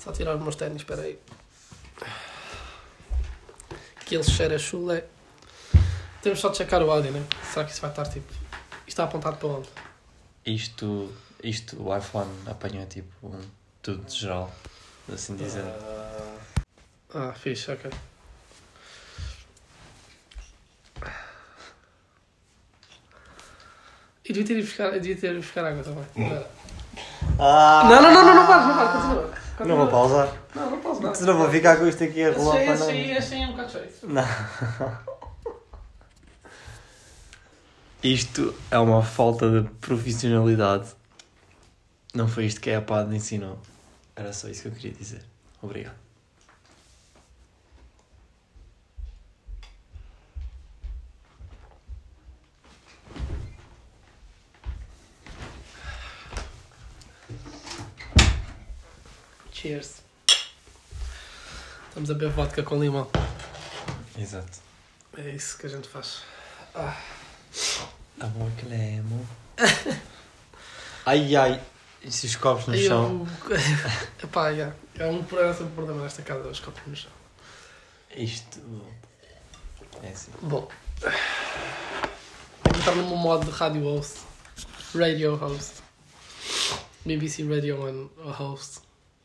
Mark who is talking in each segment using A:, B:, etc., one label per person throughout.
A: Só tirar os meus ténis, espera aí. Que ele cheira chulé. Temos só de checar o áudio, né? Será que isso vai estar tipo... Isto está apontado para onde?
B: Isto o iPhone apanha tipo tudo de geral, assim dizendo.
A: Fixe, ok. E devia ter ido buscar água também. Não, para, continua.
B: Não vou pausar.
A: Não pausa nada.
B: Senão vou ficar com isto aqui a rolar para nada.
A: Este aí é um bocado cheio.
B: Não. Isto é uma falta de profissionalidade. Não foi isto que a EPAD ensinou. Era só isso que eu queria dizer. Obrigado.
A: Cheers. Estamos a beber vodka com limão.
B: Exato.
A: É isso que a gente faz.
B: Amor que lemo. Ai. E se os copos no chão?
A: Epá, é um problema nesta casa, os copos no chão.
B: Isto... É assim.
A: Bom. Tenho que estar num modo de radio host. Radio host. BBC Radio and host.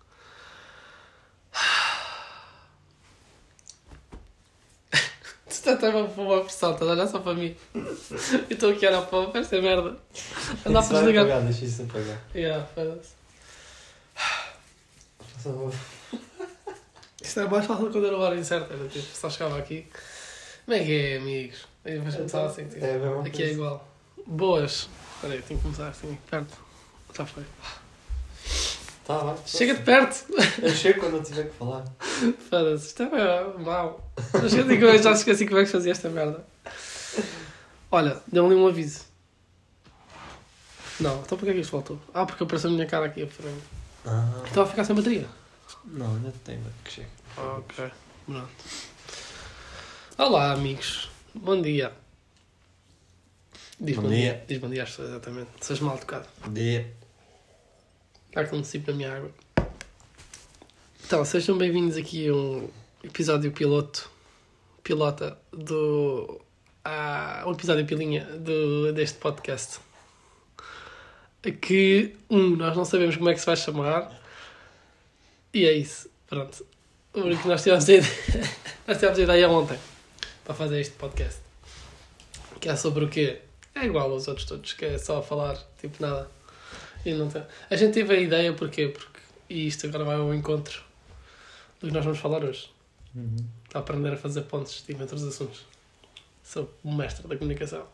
A: Isto até uma pressão, estás a olhar só para mim. Eu estou aqui a olhar para esta merda. Andar para desligar.
B: Deixa isso apagar.
A: Foda-se. Isto é mais fácil quando era o hora incerta. Era tipo, só chegava aqui. Como é que é, amigos? Aí vais começar assim, tipo, aqui é igual. Boas. Espera aí, tenho que começar assim, perto. Já foi.
B: Tá, vai.
A: Chega de perto!
B: Eu chego quando eu tiver que falar.
A: Foda-se, isto é mau. Já esqueci como é que fazia esta merda. Olha, deu-me um aviso. Não, então porquê é que isto voltou? Porque apareceu a minha cara aqui a frente. Estava a ficar sem bateria.
B: Não, ainda tem, mas que chega.
A: Ok, pronto. Olá, amigos. Bom dia. Diz bom dia. Diz bom dia às pessoas, exatamente. Sejas mal educado.
B: Bom dia.
A: Está com um cipo na minha água. Então, sejam bem-vindos aqui a um episódio pilota do... um episódio pilinha deste podcast. Que, nós não sabemos como é que se vai chamar. E é isso. Pronto. Porque nós tivemos a ideia ontem para fazer este podcast. Que é sobre o quê? É igual aos outros todos, que é só falar, tipo nada. E não tem... A gente teve a ideia porquê? Porque isto agora vai ao encontro do que nós vamos falar hoje. Está a aprender a fazer pontes tipo, entre os assuntos. Sou o mestre da comunicação.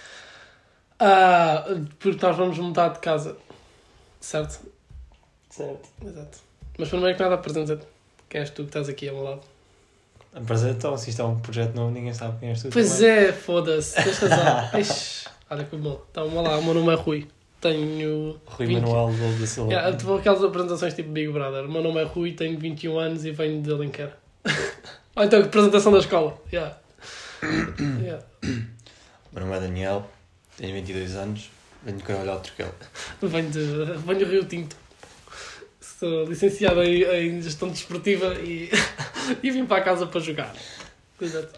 A: Porque nós vamos mudar de casa. Certo?
B: Certo.
A: Exato. Mas primeiro que nada, apresenta-te. Quem és tu que estás aqui ao meu lado?
B: Apresenta-te, se isto é um projeto novo, ninguém sabe quem és tu.
A: Pois
B: também.
A: é, foda-se. Tens razão. Ixi, olha que bom. Então, olá, o meu nome é Rui. Tenho...
B: Rui Manuel da Silva.
A: Tive aquelas apresentações tipo Big Brother. O meu nome é Rui, tenho 21 anos e venho de Alenquer. Ou então, apresentação da escola.
B: O meu nome é Daniel, tenho 22 anos, venho de Carvalho ao Turquel.
A: Venho do Rio Tinto. Sou licenciado em gestão desportiva e vim para a casa para jogar. Exato.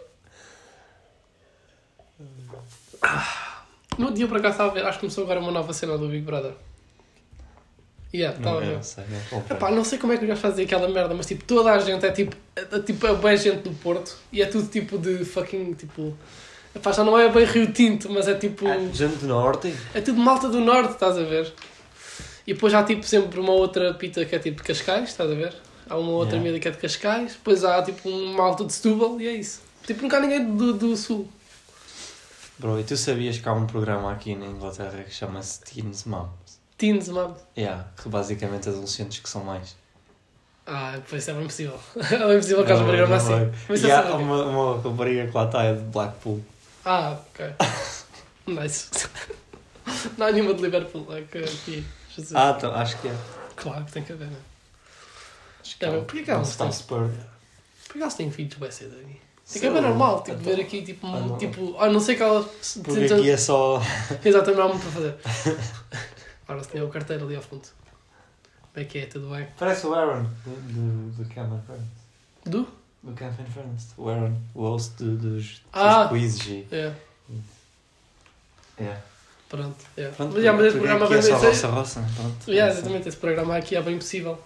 A: No dia para cá estava a ver, acho que começou agora uma nova cena do Big Brother. Estava a ver. Não sei como é que os gajos fazem aquela merda, mas tipo, toda a gente é bem gente do Porto e é tudo tipo de fucking tipo. Já não é bem Rio Tinto, mas é tipo.
B: Gente do Norte?
A: É tudo malta do Norte, estás a ver? E depois há tipo sempre uma outra pita que é tipo de Cascais, estás a ver? Há uma outra miúda que é de Cascais, depois há tipo um malta de Setúbal e é isso. Tipo, nunca há ninguém do Sul.
B: Bro, e tu sabias que há um programa aqui na Inglaterra que chama-se Teens Moms?
A: Teens Moms?
B: Que basicamente adolescentes que são mais.
A: Pois é bem impossível. É bem impossível que haja um programa assim.
B: E há uma rapariga que lá está, é de Blackpool.
A: Ok. Nice. Não há nenhuma de Liverpool aqui.
B: Então, acho que é.
A: Claro que tem que haver, não é?
B: Acho que é.
A: Porquê que elas têm? Porquê elas têm filhos bem cedo aí? Tem que haver normal, tipo, ver aqui, tipo, não sei que elas...
B: Porque aqui é só...
A: Exatamente, não há muito para fazer. Agora se tinha o carteiro ali ao fundo. é que é? Tudo bem?
B: Parece o Aaron do Cameron Friends.
A: Do?
B: Do Cameron Friends. O Aaron, o host dos quizzes e...
A: É. Pronto,
B: Pronto,
A: mas esse programa
B: é só
A: bem...
B: roça. Pronto.
A: Exatamente, esse programa aqui é bem impossível.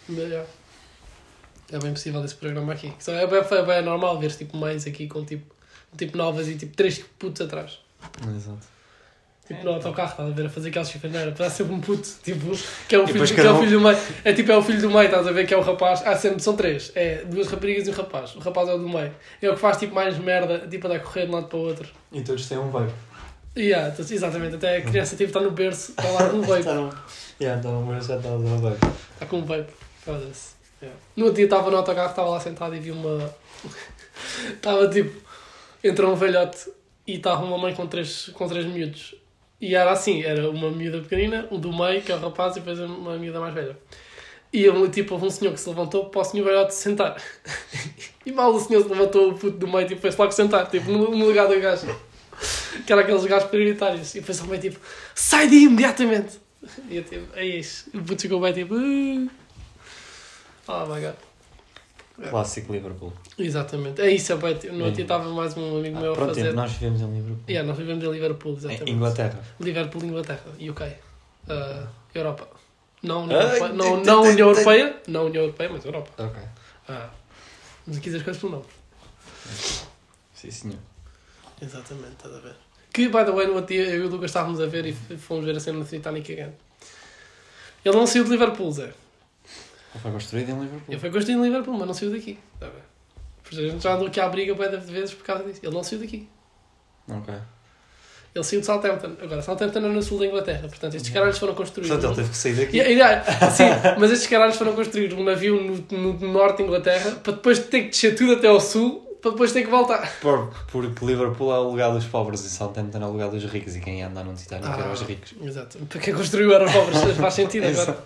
A: É bem possível esse programa aqui. Só é bem normal ver tipo mães aqui com tipo novas e tipo 3 putos atrás.
B: Exato.
A: Tipo no autocarro, estás a ver, a fazer aquelas chifraneiras. Parece sempre um puto, tipo, que é o filho,
B: depois
A: o filho do meio. É tipo, é o filho do meio, estás a ver, que é o rapaz. São 3. É 2 raparigas e um rapaz. O rapaz é o do meio. É o que faz tipo mais merda, tipo, a dar correr de um lado para o outro.
B: E todos têm um vape.
A: Exatamente, até a criança tipo, está no berço, está lá com um vape.
B: Está no berço, já está a usar o vape.
A: Está com um vape, foda-se. No outro dia estava no autocarro, estava lá sentado e vi uma... Estava tipo, entrou um velhote e estava uma mãe com três miúdos. E era assim, era uma miúda pequenina, um do meio, que é o rapaz, e depois uma miúda mais velha. E tipo, houve um senhor que se levantou para o senhor velhote sentar. E mal o senhor se levantou, o puto do meio, tipo, foi-se logo sentar, tipo, no lugar do gajo. Que era aqueles gajos prioritários. E depois o meio, tipo, sai daí imediatamente! E eu tipo, é isso. O puto ficou bem, tipo... Oh my god.
B: Clássico Liverpool.
A: Exatamente. É isso, no outro dia estava mais um amigo meu a fazer...
B: Pronto, nós vivemos em Liverpool.
A: Nós vivemos em Liverpool, exatamente.
B: Em Inglaterra.
A: Liverpool, Inglaterra. UK. Europa. Não União Europeia. Não União Europeia, mas Europa.
B: Ok.
A: Mas aqui as coisas pelo nome.
B: Sim, senhor.
A: Exatamente, estás a ver. Que, by the way, no outro dia eu e o Lucas estávamos a ver e fomos ver a cena do Titanic again. Ele não saiu de Liverpool, Zé.
B: Ele foi construído em Liverpool.
A: Ele foi construído em Liverpool, mas não saiu daqui. Está a ver? Por exemplo, a gente já andou aqui à briga bué de vezes por causa disso. Ele não saiu daqui.
B: Ok.
A: Ele saiu de Southampton. Agora, Southampton é no sul da Inglaterra. Portanto, estes caralhos foram construídos...
B: Portanto, ele teve que sair daqui.
A: Sim, mas estes caralhos foram construir um navio no norte da Inglaterra para depois ter que descer tudo até ao sul para depois ter que voltar.
B: Porque Liverpool é o lugar dos pobres e Southampton é o lugar dos ricos e quem ia andar num Titanic eram os ricos.
A: Exato. Para quem construiu eram os pobres. Faz sentido agora.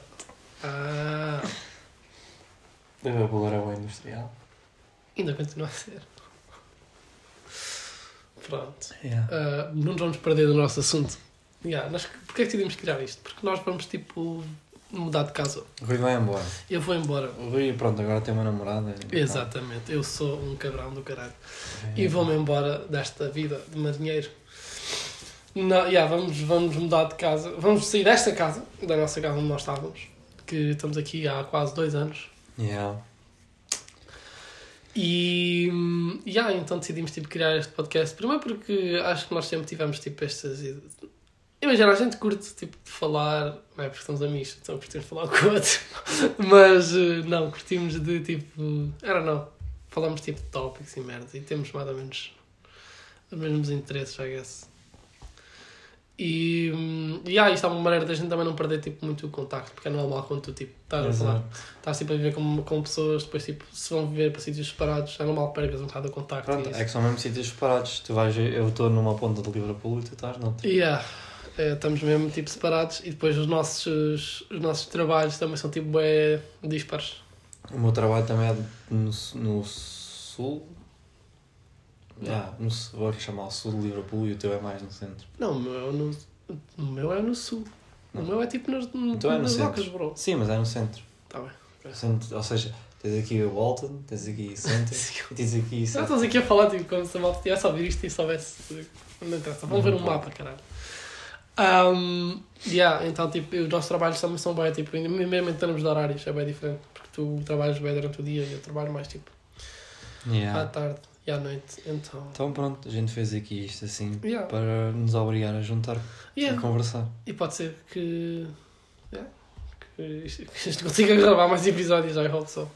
B: Liverpool era bem industrial.
A: Ainda continua a ser. Pronto.
B: Yeah.
A: Não vamos perder do nosso assunto. Porquê é que decidimos criar isto? Porque nós vamos, tipo, mudar de casa.
B: O Rui vai embora.
A: Eu vou embora.
B: O Rui, pronto, agora tem uma namorada.
A: Exatamente. Eu sou um cabrão do caralho. E vou-me embora desta vida de marinheiro. Vamos mudar de casa. Vamos sair desta casa, da nossa casa onde nós estávamos. Que estamos aqui há quase 2 anos.
B: Yeah.
A: E então decidimos tipo, criar este podcast. Primeiro porque acho que nós sempre tivemos tipo estas... Imagina, a gente curte tipo, de falar, não é porque estamos amigos, então curtimos de falar com o outro. Mas não, curtimos de tipo... falamos tipo de tópicos e merda. E temos mais ou menos os mesmos interesses, I guess. Isto é uma maneira da gente também não perder tipo, muito o contacto, porque é normal quando tu tipo, estás a falar, estás tipo, a viver com pessoas, depois tipo, se vão viver para sítios separados, é normal que percas um bocado o contacto.
B: Pronto, é que são mesmo sítios separados. Eu estou numa ponta de Liverpool e tu estás noutra.
A: Estamos mesmo tipo, separados e depois os nossos trabalhos também são tipo dispares.
B: O meu trabalho também é no sul. Vou chamar o sul de Liverpool e o teu é mais no centro.
A: Não, o meu é no sul. Não. O meu é tipo nas rocas, bro.
B: Sim, mas é no centro.
A: Está bem.
B: Centro, ou seja, tens aqui o Bolton, tens aqui centro e tens aqui...
A: Já estás aqui a falar tipo, como se a malta tivesse a ouvir isto e soubesse... Não interessa, vamos ver um mapa, caralho. Então tipo, os nossos trabalhos também são bem, tipo, mesmo em termos de horários é bem diferente. Porque tu trabalhas bem durante o dia e eu trabalho mais tipo à tarde. E à noite, então
B: pronto, a gente fez aqui isto assim para nos obrigar a juntar, a conversar.
A: E pode ser que isto consiga gravar mais episódios, I hope so.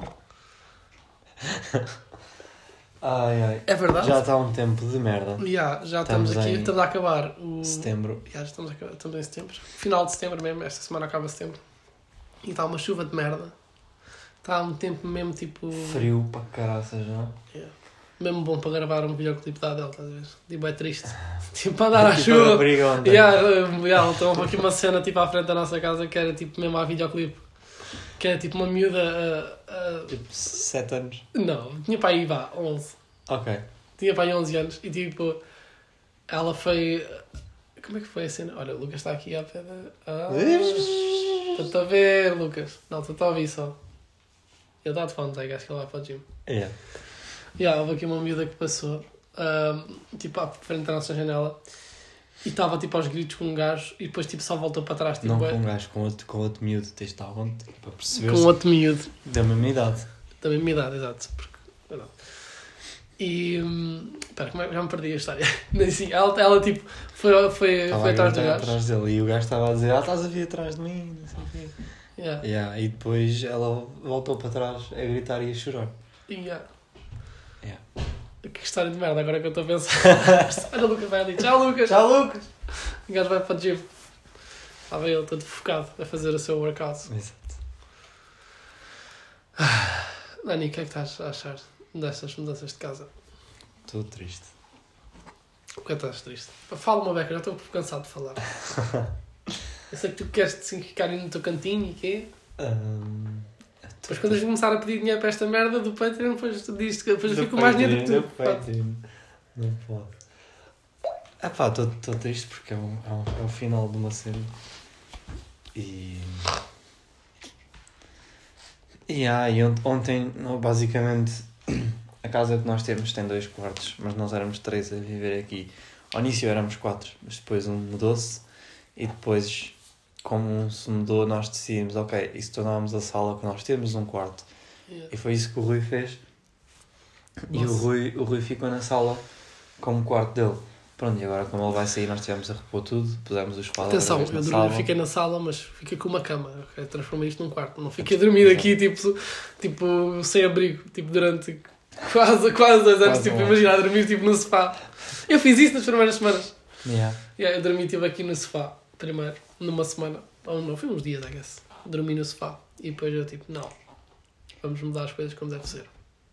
B: Ai.
A: É verdade.
B: Já está um tempo de merda.
A: Já estamos aqui, estamos a acabar
B: setembro.
A: Já estamos em setembro. Final de setembro mesmo, esta semana acaba setembro. E está uma chuva de merda. Está um tempo mesmo tipo...
B: frio para caraças, não é?
A: Mesmo bom para gravar um videoclipe da Adele, estás a ver? Tipo, é triste. Tipo, para andar à chuva. Então aqui uma cena tipo à frente da nossa casa que era tipo mesmo a videoclipe. Que era tipo uma miúda...
B: Tipo 7 anos?
A: Não, tinha para aí 11.
B: Ok.
A: Tinha para aí 11 anos e tipo... Ela foi... Como é que foi a cena? Olha, o Lucas está aqui à pé da... Estou-te a ver, Lucas. Não, estou a ouvir só. Ele dá de fone, acho que ele vai para o gym. Houve aqui uma miúda que passou, tipo, à frente da nossa janela, e estava, tipo, aos gritos com um gajo, e depois, tipo, só voltou para trás. Tipo,
B: não com um gajo, com outro miúdo. Tens de estar onde? Para perceber.
A: Com outro miúdo.
B: Da mesma idade.
A: Da mesma idade, exato. Porque, e... Espera, como é que já me perdi a história? Assim, ela tipo, foi atrás do gajo.
B: Atrás dele, e o gajo estava a dizer, estás a vir atrás de mim, não sei o quê. E depois ela voltou para trás a gritar e a chorar.
A: Que história de merda, agora que eu estou a pensar. Olha, o Lucas vai ali. Tchau, Lucas!
B: Tchau, Lucas!
A: O gajo vai para o gym. Estava ele todo focado a fazer o seu workout.
B: Exato.
A: Dani, o que é que estás a achar destas mudanças de casa?
B: Estou triste.
A: Por que estás triste? Fala-me, Beca, já estou cansado de falar. Eu sei que tu queres ficar aí no teu cantinho e quê? Depois quando eles começar a pedir dinheiro para esta merda do Patreon, depois tu dizes que depois eu fico mais dinheiro do que tu.
B: Não pode. Estou triste porque é o final de uma série. E ontem, basicamente, a casa que nós temos tem 2 quartos, mas nós éramos 3 a viver aqui. Ao início éramos 4, mas depois um mudou-se e depois, como um se mudou, nós decidimos, ok, e se tornámos a sala que nós temos um quarto. E foi isso que o Rui fez. E o Rui ficou na sala como quarto dele. Pronto, e agora como ele vai sair, nós tivemos a repor tudo, pusemos os quadros.
A: Atenção, eu fiquei na sala, mas fiquei com uma cama. Eu transformei isto num quarto. Não fiquei a dormir aqui, tipo sem abrigo, tipo, durante quase 2 anos. Tipo, imagina, a dormir tipo, no sofá. Eu fiz isso nas primeiras semanas. Eu dormi tipo, aqui no sofá, primeiro, numa semana. Ou não, foi uns dias, I guess. Dormi no sofá. E depois eu tipo, não, vamos mudar as coisas como deve ser.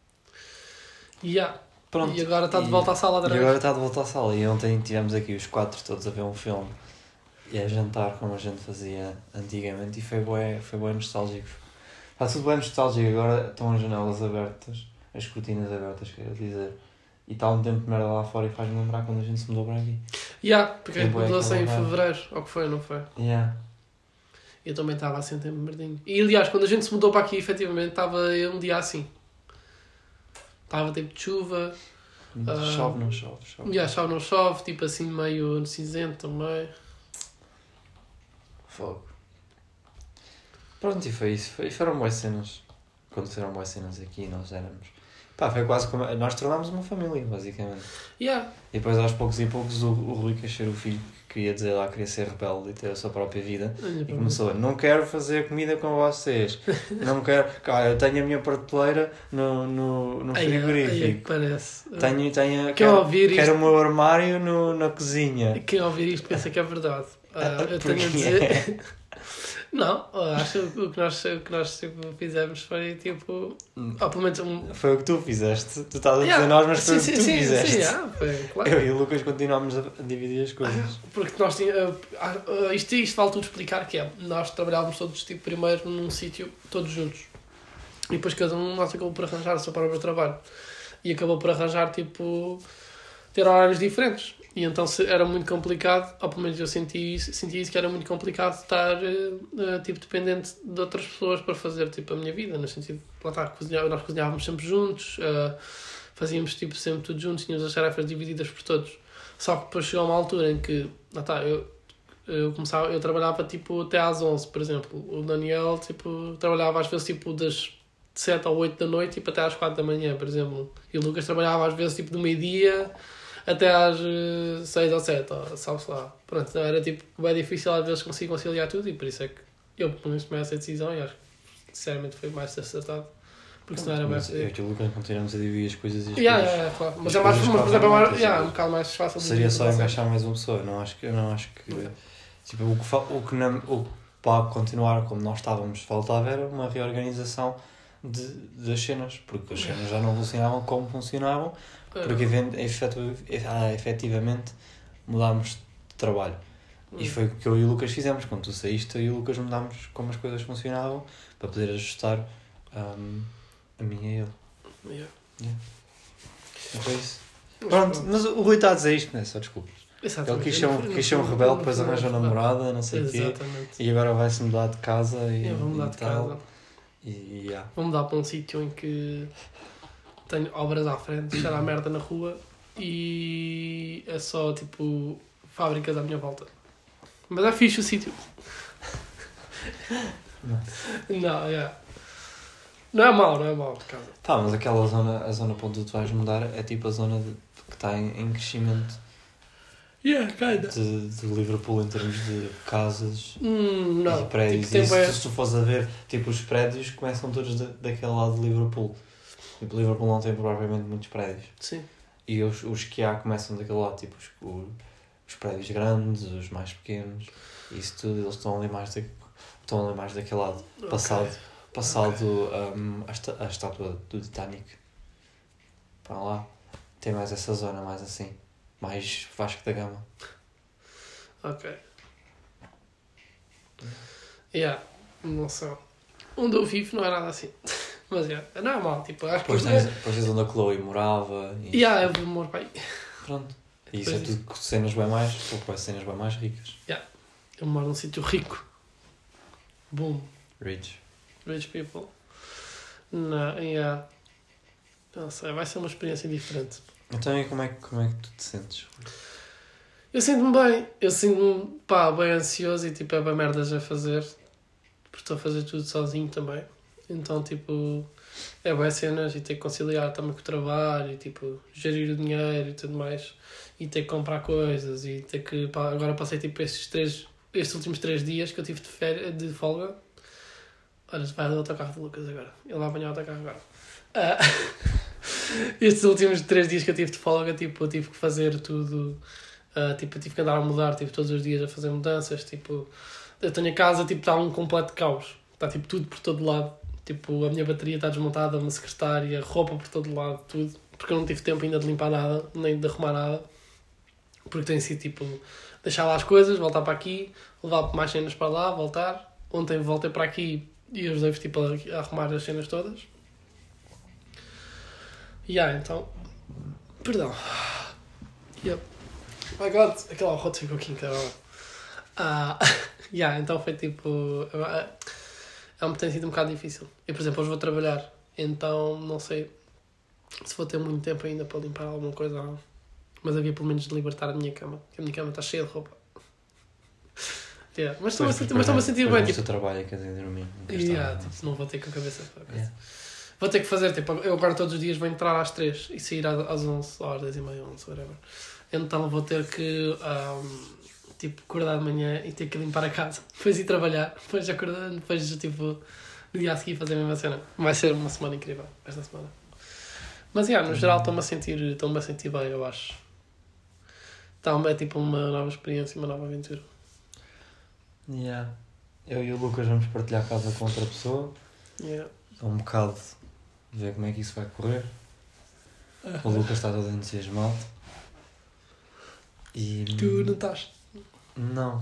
A: Pronto, e agora está de volta à sala.
B: E ontem tivemos aqui os 4 todos a ver um filme e a jantar como a gente fazia antigamente e foi bem nostálgico. Está tudo bem nostálgico. Agora estão as janelas abertas, as cortinas abertas, quero dizer. E está um tempo de merda lá fora e faz-me lembrar quando a gente se mudou para aqui.
A: Porque mudou-se em fevereiro, ou que foi, não foi? Eu também estava assim, tempo merdinho. E aliás, quando a gente se mudou para aqui, efetivamente, estava um dia assim. Estava tempo de chuva.
B: Chove, não chove.
A: Chove, não chove. Tipo assim, meio cinzento também.
B: Fogo. Pronto, e foi isso. Foram boas cenas. Aconteceram boas cenas aqui e nós éramos... foi quase como... Nós tornámos uma família, basicamente. E depois, aos poucos, o Rui quer ser o filho que queria dizer lá, queria ser rebelde e ter a sua própria vida. E começou a, não quero fazer comida com vocês. Não quero... eu tenho a minha prateleira no frigorífico.
A: Parece.
B: Quero o meu armário na cozinha.
A: Quem ouvir isto pensa que é verdade. Eu tenho a dizer... Não, acho que o que nós fizemos foi tipo... pelo menos
B: foi o que tu fizeste. Tu estás a dizer nós, mas foi o que tu fizeste.
A: Foi, claro.
B: Eu e o Lucas continuámos a dividir as coisas.
A: Porque nós tínhamos... isto vale tudo explicar que é. Nós trabalhávamos todos tipo, primeiro num sítio, todos juntos. E depois cada um de nós acabou por arranjar o seu próprio trabalho. E acabou por arranjar tipo... ter horários diferentes. E então era muito complicado, ou pelo menos eu senti isso que era muito complicado estar tipo, dependente de outras pessoas para fazer tipo, a minha vida, no sentido de nós cozinhávamos sempre juntos, fazíamos tipo, sempre tudo juntos, tínhamos as tarefas divididas por todos. Só que depois chegou uma altura em que eu trabalhava tipo, até às 11, por exemplo. O Daniel tipo, trabalhava às vezes tipo, das 7 ou 8 da noite tipo, até às 4 da manhã, por exemplo. E o Lucas trabalhava às vezes tipo, do meio-dia até às 6 ou 7, sabe-se lá. Pronto, então era tipo, bem difícil às vezes conseguir conciliar tudo e por isso é que eu, pelo menos, tomei essa decisão e acho que, sinceramente, foi mais acertado. Porque senão era mais...
B: Eu e o Lucas continuamos a dividir as coisas e as
A: coisas. Claro. Mas é mais, por exemplo, um bocado mais fácil.
B: Seria só encaixar mais uma pessoa, eu não acho que tipo, o que para continuar como nós estávamos, faltava era uma reorganização das cenas, porque as cenas já não funcionavam como funcionavam. Porque efetivamente mudámos de trabalho. E foi o que eu e o Lucas fizemos. Quando tu saíste, eu e o Lucas mudámos como as coisas funcionavam para poder ajustar a mim e ele. Não foi isso. Pronto, mas o Rui está a dizer isto, não é? Só desculpas.
A: Exatamente.
B: quis ser um rebelde, depois arranjou namorada, não sei o quê.
A: Exatamente.
B: E agora vai-se mudar de casa
A: Eu vou mudar de casa.
B: E yeah.
A: Vou mudar para um sítio em que tenho obras à frente, cheira a merda na rua e é só tipo fábricas à minha volta. Mas é fixe o sítio. Não, yeah. Não é mau de casa.
B: Tá, mas aquela zona, a zona para onde tu vais mudar é tipo a zona que está em crescimento
A: Yeah, kinda.
B: de Liverpool em termos de casas
A: Não.
B: e prédios.
A: Tipo,
B: E se tu fores a ver, tipo, os prédios começam todos daquele lado de Liverpool. Tipo, Liverpool não tem propriamente muitos prédios.
A: Sim.
B: E os que há começam daquele lado, tipo, os prédios grandes, os mais pequenos. E isso tudo, eles estão ali mais daquele lado. Passado a estátua do Titanic. Para lá. Tem mais essa zona, mais assim. Mais Vasco da Gama.
A: Ok. Yeah. Não sei. Onde eu vivo não é nada assim. Mas é normal. Tipo, acho que...
B: Depois tens onde a Chloe morava. E...
A: Yeah, eu vivo no pai.
B: Pronto. E isso é tudo cenas bem mais ricas.
A: Yeah. Eu moro num sítio rico. Boom.
B: Rich
A: people. Não, yeah. Não sei, vai ser uma experiência diferente.
B: Então e como é que tu te sentes?
A: Eu sinto-me bem. Eu sinto-me, bem ansioso e tipo, é bem merdas a fazer. Porque estou a fazer tudo sozinho também. Então, tipo, é bem cenas e ter que conciliar também com o trabalho e tipo, gerir o dinheiro e tudo mais. E ter que comprar coisas e ter que... agora passei tipo estes últimos 3 dias que eu tive de folga. Olha, vai ao autocarro de Lucas agora. Ele vai apanhar o autocarro agora. Estes últimos 3 dias que eu tive de folga, tipo, eu tive que fazer tudo. Tipo, eu tive que andar a mudar, tipo, todos os dias a fazer mudanças. Tipo, eu tenho a casa, tipo, está um completo caos. Está, tipo, tudo por todo lado. Tipo, a minha bateria está desmontada, uma secretária, roupa por todo lado, tudo. Porque eu não tive tempo ainda de limpar nada, nem de arrumar nada. Porque tem sido, tipo, deixar lá as coisas, voltar para aqui, levar mais cenas para lá, voltar. Ontem voltei para aqui e ajudei-vos, tipo, a arrumar as cenas todas. Então... Perdão. Yep. My God, aquela rota ficou aqui, caramba. Então foi tipo... tem sido um bocado difícil. Eu, por exemplo, hoje vou trabalhar. Então, não sei se vou ter muito tempo ainda para limpar alguma coisa. Não. Mas havia pelo menos de libertar a minha cama. Porque a minha cama está cheia de roupa. Mas estou-me a sentir bem.
B: Tipo, trabalho, quer dizer, dormir.
A: Tipo, não vou ter com a cabeça para a coisa. Vou ter que fazer, tipo, eu agora todos os dias vou entrar às 3 e sair às 11, às 10h30, 11, whatever. Então vou ter que, tipo, acordar de manhã e ter que limpar a casa. Depois ir trabalhar, depois acordar, depois, tipo, no dia a seguir fazer a mesma cena. Vai ser uma semana incrível, esta semana. Mas, no geral, estou-me a sentir bem, eu acho. Então, é tipo uma nova experiência, uma nova aventura.
B: Eu e o Lucas vamos partilhar a casa com outra pessoa. É um bocado de ver como é que isso vai correr. O Lucas está todo entusiasmado. E...
A: Tu não estás?
B: Não.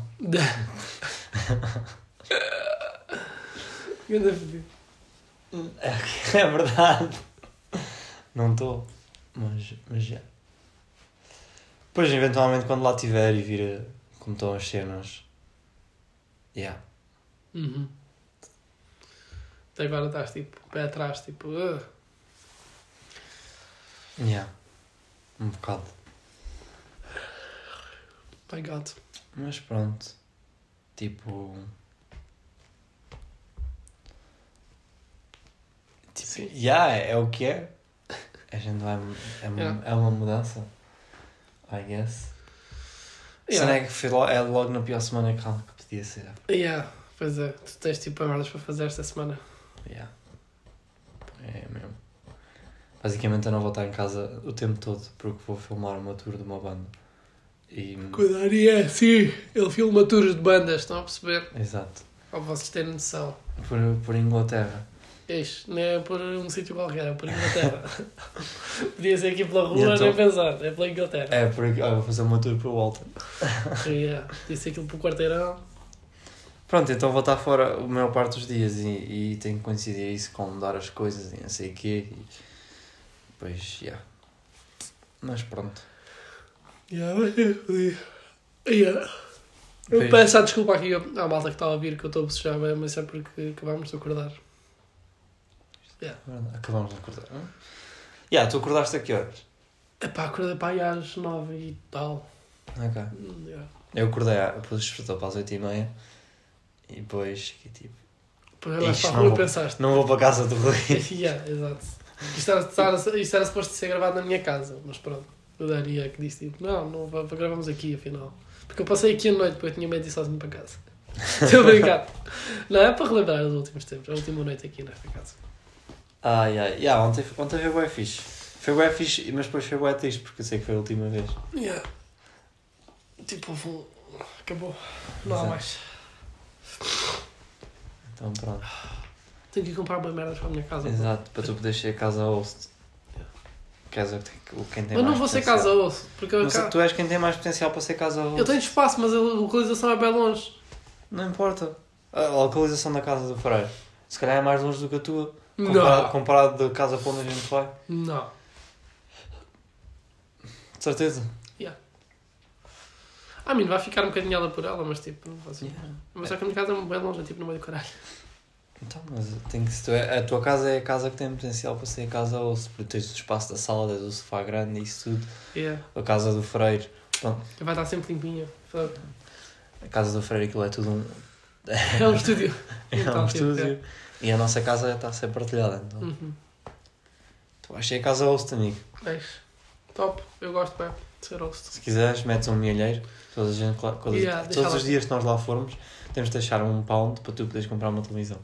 B: É verdade. Não estou. Mas já. Depois, eventualmente, quando lá estiver e vir como estão as cenas.
A: Uhum. Até agora estás tipo pé atrás, tipo.
B: Um bocado.
A: My God.
B: Mas pronto. Tipo.
A: Sim.
B: É o que é. A gente vai. É uma mudança. I guess. É logo na pior semana que podia ser.
A: Pois é. Tu tens tipo a merdas para fazer esta semana.
B: É mesmo. Basicamente eu não vou estar em casa o tempo todo porque vou filmar uma tour de uma banda.
A: Cuidado, sim. Ele filma tours de bandas, estão a perceber?
B: Exato.
A: Para vocês terem noção.
B: Por Inglaterra.
A: Não é por um sítio qualquer, é por Inglaterra. Podia ser aqui pela rua,
B: então,
A: nem pensar. É pela Inglaterra.
B: É, porque vou fazer uma tour para o Walton.
A: Podia ser aquilo para o quarteirão.
B: Pronto, então vou estar fora a maior parte dos dias e tenho que coincidir isso com mudar as coisas e não sei o quê. Mas pronto.
A: Eu peço a desculpa aqui à malta que estava a vir, que eu estou a bocejar bem, mas é porque acabámos de acordar.
B: Acabámos de acordar. Tu acordaste a que horas?
A: Acordei para aí às 9 e tal.
B: Ok. Eu acordei, depois despertou para as 8h30 e depois fiquei tipo...
A: Depois olhaste para a rua e pensaste.
B: Não vou para a casa do Rui.
A: Exato. Isto era suposto ser gravado na minha casa, mas pronto. O Dani é que disse tipo, não gravamos aqui afinal. Porque eu passei aqui a noite porque eu tinha medo de ir sozinho para casa. Estou a brincar. Não, é para relembrar os últimos tempos. A última noite aqui nesta casa.
B: Ontem foi bué fixe. Foi bué fixe, mas depois foi bué triste porque eu sei que foi a última vez.
A: Tipo, acabou. Não há mais.
B: Então pronto.
A: Tenho que ir comprar bem merdas para a minha casa.
B: Exato, para tu poderes ser casa host. Quem tem
A: mas não vou ser casa host. Porque
B: tu és quem tem mais potencial para ser casa host.
A: Eu tenho espaço, mas a localização é bem longe.
B: Não importa. A localização da casa do Freire se calhar é mais longe do que a tua. Comparado da casa para onde a gente vai.
A: Não.
B: De certeza?
A: A mim vai ficar um bocadinho ela por ela, mas tipo, não faço. Mas só que a minha casa é bem longe, é tipo no meio do caralho.
B: Então, mas a tua casa é a casa que tem potencial para ser a casa host, porque tens o espaço da sala, tens o sofá grande e isso tudo. A casa do Freire. Pronto.
A: Vai estar sempre limpinha.
B: A casa do Freire, aquilo é tudo um...
A: É um estúdio.
B: É um estúdio. E a nossa casa está a ser partilhada. Então. Tu achei a casa host, amigo.
A: Top. Eu gosto bem de ser host.
B: Se quiseres, metes um milheiro. Todos os dias que nós lá formos, temos de deixar £1 para tu poderes comprar uma televisão.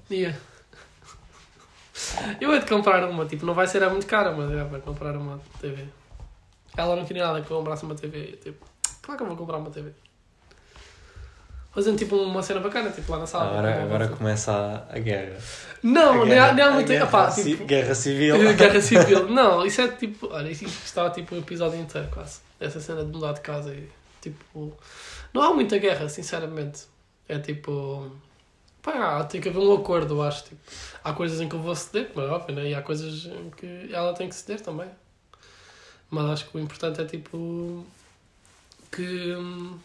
A: Eu hei de comprar uma, tipo, não vai ser muito cara, mas é para comprar uma TV. Ela não queria nada que eu comprasse uma TV. Tipo, claro que eu vou comprar uma TV. Fazendo tipo uma cena bacana, tipo lá na sala.
B: Agora começa a guerra.
A: Não, nem há muito tempo.
B: Guerra civil.
A: Guerra civil. Não, isso é tipo. Olha, isso estava tipo um episódio inteiro quase. Essa cena de mudar de casa e tipo. Não há muita guerra, sinceramente. É tipo. Tem que haver um acordo, eu acho. Tipo, há coisas em que eu vou ceder, mas óbvio, né? E há coisas em que ela tem que ceder também. Mas acho que o importante é tipo. Que.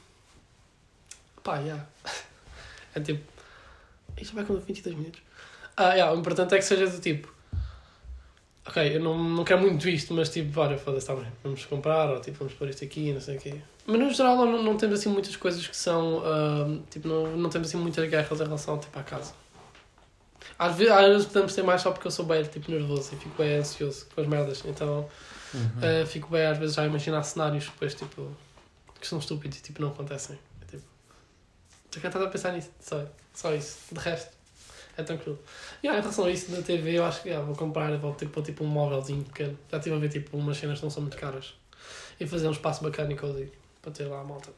A: É tipo. Isto vai com 22 minutos. O importante é que seja do tipo. Ok, eu não quero muito isto, mas tipo, olha, foda-se, está bem. Vamos comprar, ou tipo, vamos pôr isto aqui, não sei o quê. Mas no geral não temos assim muitas coisas que são. Tipo, não temos assim muitas guerras em relação tipo, à casa. Às vezes podemos ter mais só porque eu sou bem tipo, nervoso e fico bem ansioso com as merdas. Então fico bem às vezes já a imaginar cenários depois tipo. Que são estúpidos e tipo, não acontecem. Tu quer estar a pensar nisso? Só isso. De resto, é tranquilo. Em relação a isso da TV, eu acho que vou comprar e vou pôr tipo um móvelzinho pequeno. Já estive a ver tipo umas cenas que não são muito caras. E fazer um espaço bacana e cozy para ter lá a malta.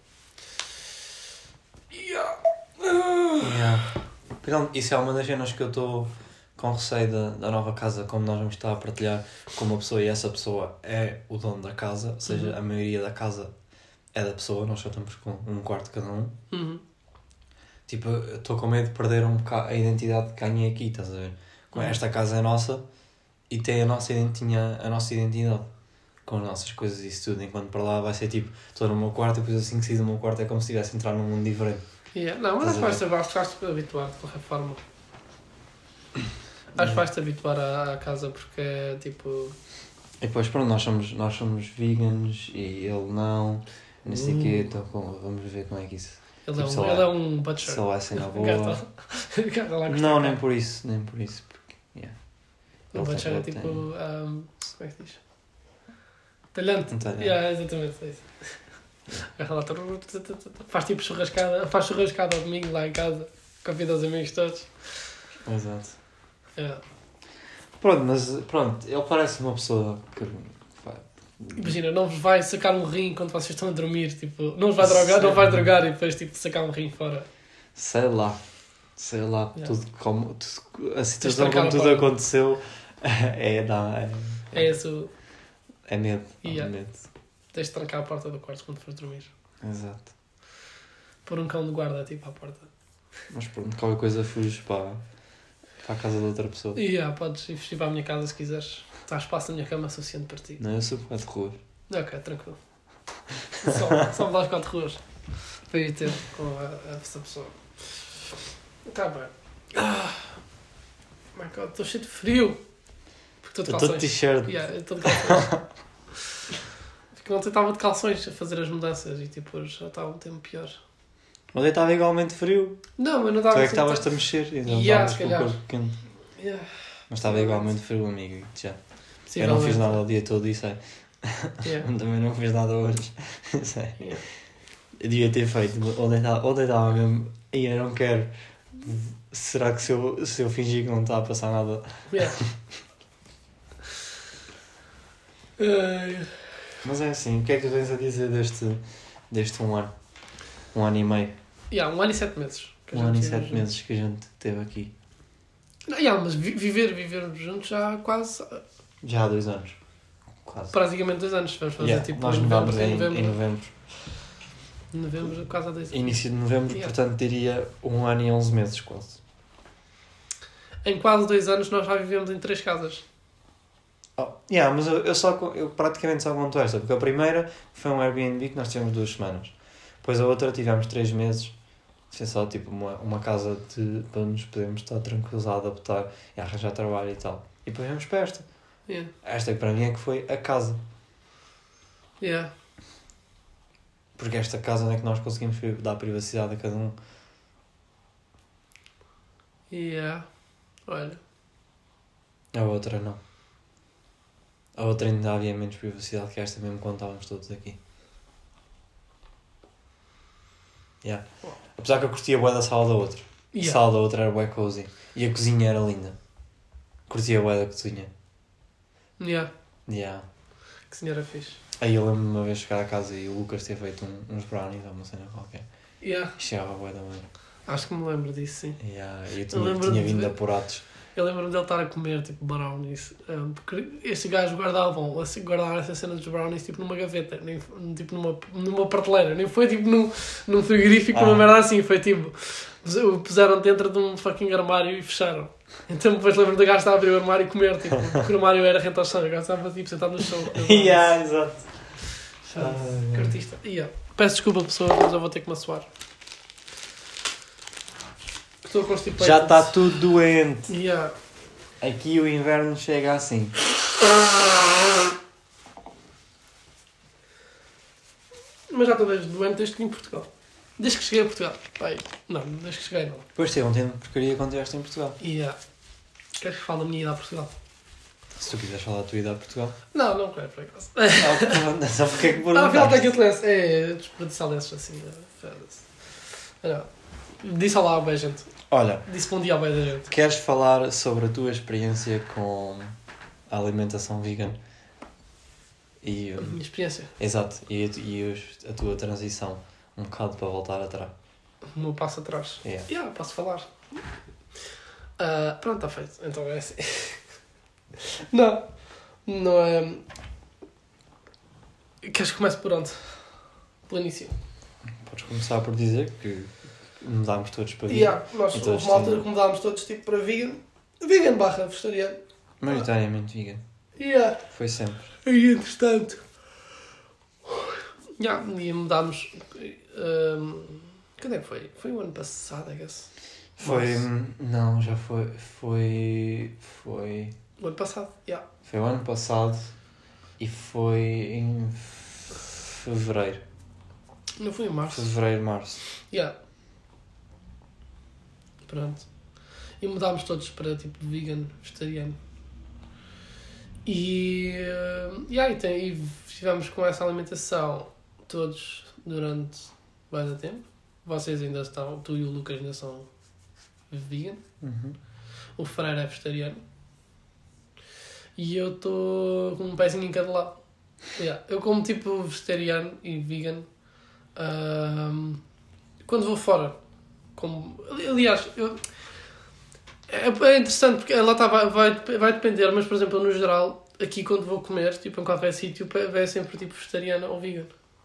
B: Isso é uma das cenas que eu estou com receio da nova casa, como nós vamos estar a partilhar com uma pessoa e essa pessoa é o dono da casa, ou seja, a maioria da casa é da pessoa, nós só estamos com um quarto cada um. Tipo, eu estou com medo de perder um bocado a identidade que ganhei aqui, estás a ver? Esta casa é nossa e tem a nossa identidade. Com as nossas coisas e isso tudo. Enquanto para lá vai ser tipo, estou no meu quarto e depois assim que sair do meu quarto é como se estivesse a entrar num mundo diferente.
A: Não, mas acho que vais-te habituar de qualquer forma. Acho que vais-te habituar à casa porque é tipo...
B: E depois pronto, nós somos vegans e ele não sei o quê, então vamos ver como é que isso...
A: Ele é um butcher.
B: Se ele vai ser na boa. Não, nem por isso. Porque,
A: o butcher é tipo... como é que diz? Talhante. Exatamente, é isso. Faz tipo churrascada. Faz churrascada ao domingo lá em casa. Convida os amigos todos.
B: Exato. Pronto, ele parece uma pessoa que...
A: Imagina, não vos vai sacar um rim quando vocês estão a dormir, tipo, não vos vai drogar, não vai drogar e depois tipo sacar um rim fora. Sei lá,
B: a situação como tudo aconteceu é
A: isso.
B: É medo.
A: Tens de trancar a porta do quarto quando fores dormir.
B: Exato.
A: Pôr um cão de guarda tipo à porta.
B: Mas pronto, qualquer coisa fuges para a casa de outra pessoa.
A: Podes ir fugir para a minha casa se quiseres. Está espaço na minha cama suficiente para ti.
B: Não, eu sou de rua.
A: Ok, tranquilo. Só mudar as 4 ruas. Para ir ter com essa pessoa. Tá bem. My God, estou cheio de frio. Porque estou de
B: Eu
A: calções.
B: estou de t-shirt.
A: Yeah, eu estou de calções. Porque ontem estava de calções a fazer as mudanças e tipo, hoje já está um tempo pior.
B: Ontem estava igualmente frio.
A: Não, mas não
B: Tu
A: estava
B: é que estavas-te a mexer. Então
A: Yeah,
B: estavas
A: se
B: com o
A: calhar.
B: corpo quente.
A: Yeah.
B: Mas estava igualmente frio, amigo. Já. Eu não
A: Possivelmente.
B: fiz nada o dia todo e sei.
A: Yeah.
B: Também não fiz nada hoje. Sei.
A: Yeah.
B: Eu devia ter feito. Ontem estava mesmo. E eu não quero. Será que se eu fingir que não está a passar nada?
A: Yeah.
B: Mas é assim, o que é que tu tens a dizer deste 1 ano? 1 ano e meio.
A: 1 ano e 7 meses. que a
B: 1 ano e
A: gente
B: 7
A: vive
B: meses que a gente teve aqui.
A: juntos. Não, mas viver juntos já há quase
B: Já há 2 anos. Quase.
A: praticamente 2 anos. Vamos fazer
B: Yeah,
A: tipo
B: nós
A: em
B: mudámos
A: novembro.
B: em novembro.
A: Novembro, quase há 2 anos.
B: Início de novembro,
A: Yeah.
B: portanto diria 1 ano e 11 meses quase.
A: Em quase 2 anos nós já vivemos em 3 casas.
B: Mas eu praticamente só conto esta, porque a primeira foi um Airbnb que nós tivemos 2 semanas. Depois a outra tivemos 3 meses. Foi só tipo uma casa para nos podermos estar tranquilos a adaptar e a arranjar trabalho e tal. E depois viemos para esta.
A: Yeah.
B: Esta que para mim é que foi a casa.
A: Yeah.
B: Porque esta casa onde é que nós conseguimos dar privacidade a cada um.
A: Yeah. Olha.
B: A outra não. A outra ainda havia menos privacidade que esta, mesmo quando estávamos todos aqui. Yeah. Apesar que eu curtia bué da sala da outra. A
A: Yeah.
B: sala da outra era bué cozy. E a cozinha era linda. Curtia bué da cozinha.
A: Yeah.
B: Yeah.
A: Que senhora fixe.
B: Aí eu lembro-me uma vez de chegar a casa e o Lucas ter feito uns brownies ou uma cena qualquer.
A: Yeah.
B: E chegava bué da manhã.
A: Acho que me lembro disso, sim.
B: Yeah. E eu
A: lembro-me
B: tinha
A: de
B: vindo
A: ver.
B: a por atos.
A: Eu lembro-me dele estar a comer tipo brownies. Porque este gajo guardava essa cena dos brownies tipo numa gaveta, nem, tipo numa prateleira. Nem foi tipo num frigorífico, uma merda assim. Foi tipo, puseram dentro de um fucking armário e fecharam. Então depois lembro-me do gajo estar a abrir o armário e comer, tipo, porque o armário era rente ao chão. O gajo estava tipo sentado no chão.
B: Yeah, exato.
A: Que artista. Yeah. Peço desculpa pessoas, mas eu vou ter que me assoar. Estou constipado.
B: Já está tudo doente.
A: Yeah.
B: Aqui o inverno chega assim.
A: Mas já estou doente desde que vim em Portugal. Desde que cheguei a Portugal. Pai, não, desde que cheguei não.
B: Depois teve um tempo de porcaria quando estiveste em Portugal.
A: Yeah. Queres que fale da minha ida a Portugal?
B: Se tu quiseres falar da tua ida a Portugal.
A: Não quero, por acaso.
B: Só porque é que
A: Afinal tem que
B: perguntaste?
A: eu te lenço. É desperdiçar lenços assim. Foda-se. Não. Disse olá ao bem, gente.
B: Olha,
A: Disse bom dia ao bem da gente.
B: queres falar sobre a tua experiência com a alimentação vegan? E,
A: A minha experiência.
B: exato, a tua transição um bocado para voltar atrás.
A: O meu passo atrás.
B: Yeah.
A: Posso falar. Pronto, está feito. Então é assim. Não é. Queres que comece por onde? Pelo início.
B: Podes começar por dizer que mudámos todos para vegan.
A: Yeah, nós
B: Então,
A: houve uma altura que mudámos todos tipo para vegan. Vegan barra vegetariano.
B: Maioritariamente vegan.
A: Yeah.
B: Foi sempre.
A: E entretanto. E mudámos. Quando é que foi? Foi o ano passado, I guess.
B: Foi.
A: Março.
B: Não, já foi. Foi.
A: O ano passado,
B: Foi o ano passado e foi em fevereiro.
A: Não foi em março.
B: Fevereiro, março.
A: Pronto. E mudámos todos para tipo vegan, vegetariano. E estivemos com essa alimentação todos durante bastante tempo. Vocês ainda estão, tu e o Lucas ainda são vegan.
B: Uhum.
A: O Freire é vegetariano. E eu estou com um pezinho em cada lado. Eu como tipo vegetariano e vegan quando vou fora. Aliás, é interessante porque lá está, vai depender, mas por exemplo, no geral, aqui quando vou comer, tipo em qualquer sítio, vai sempre tipo vegetariano ou vegan.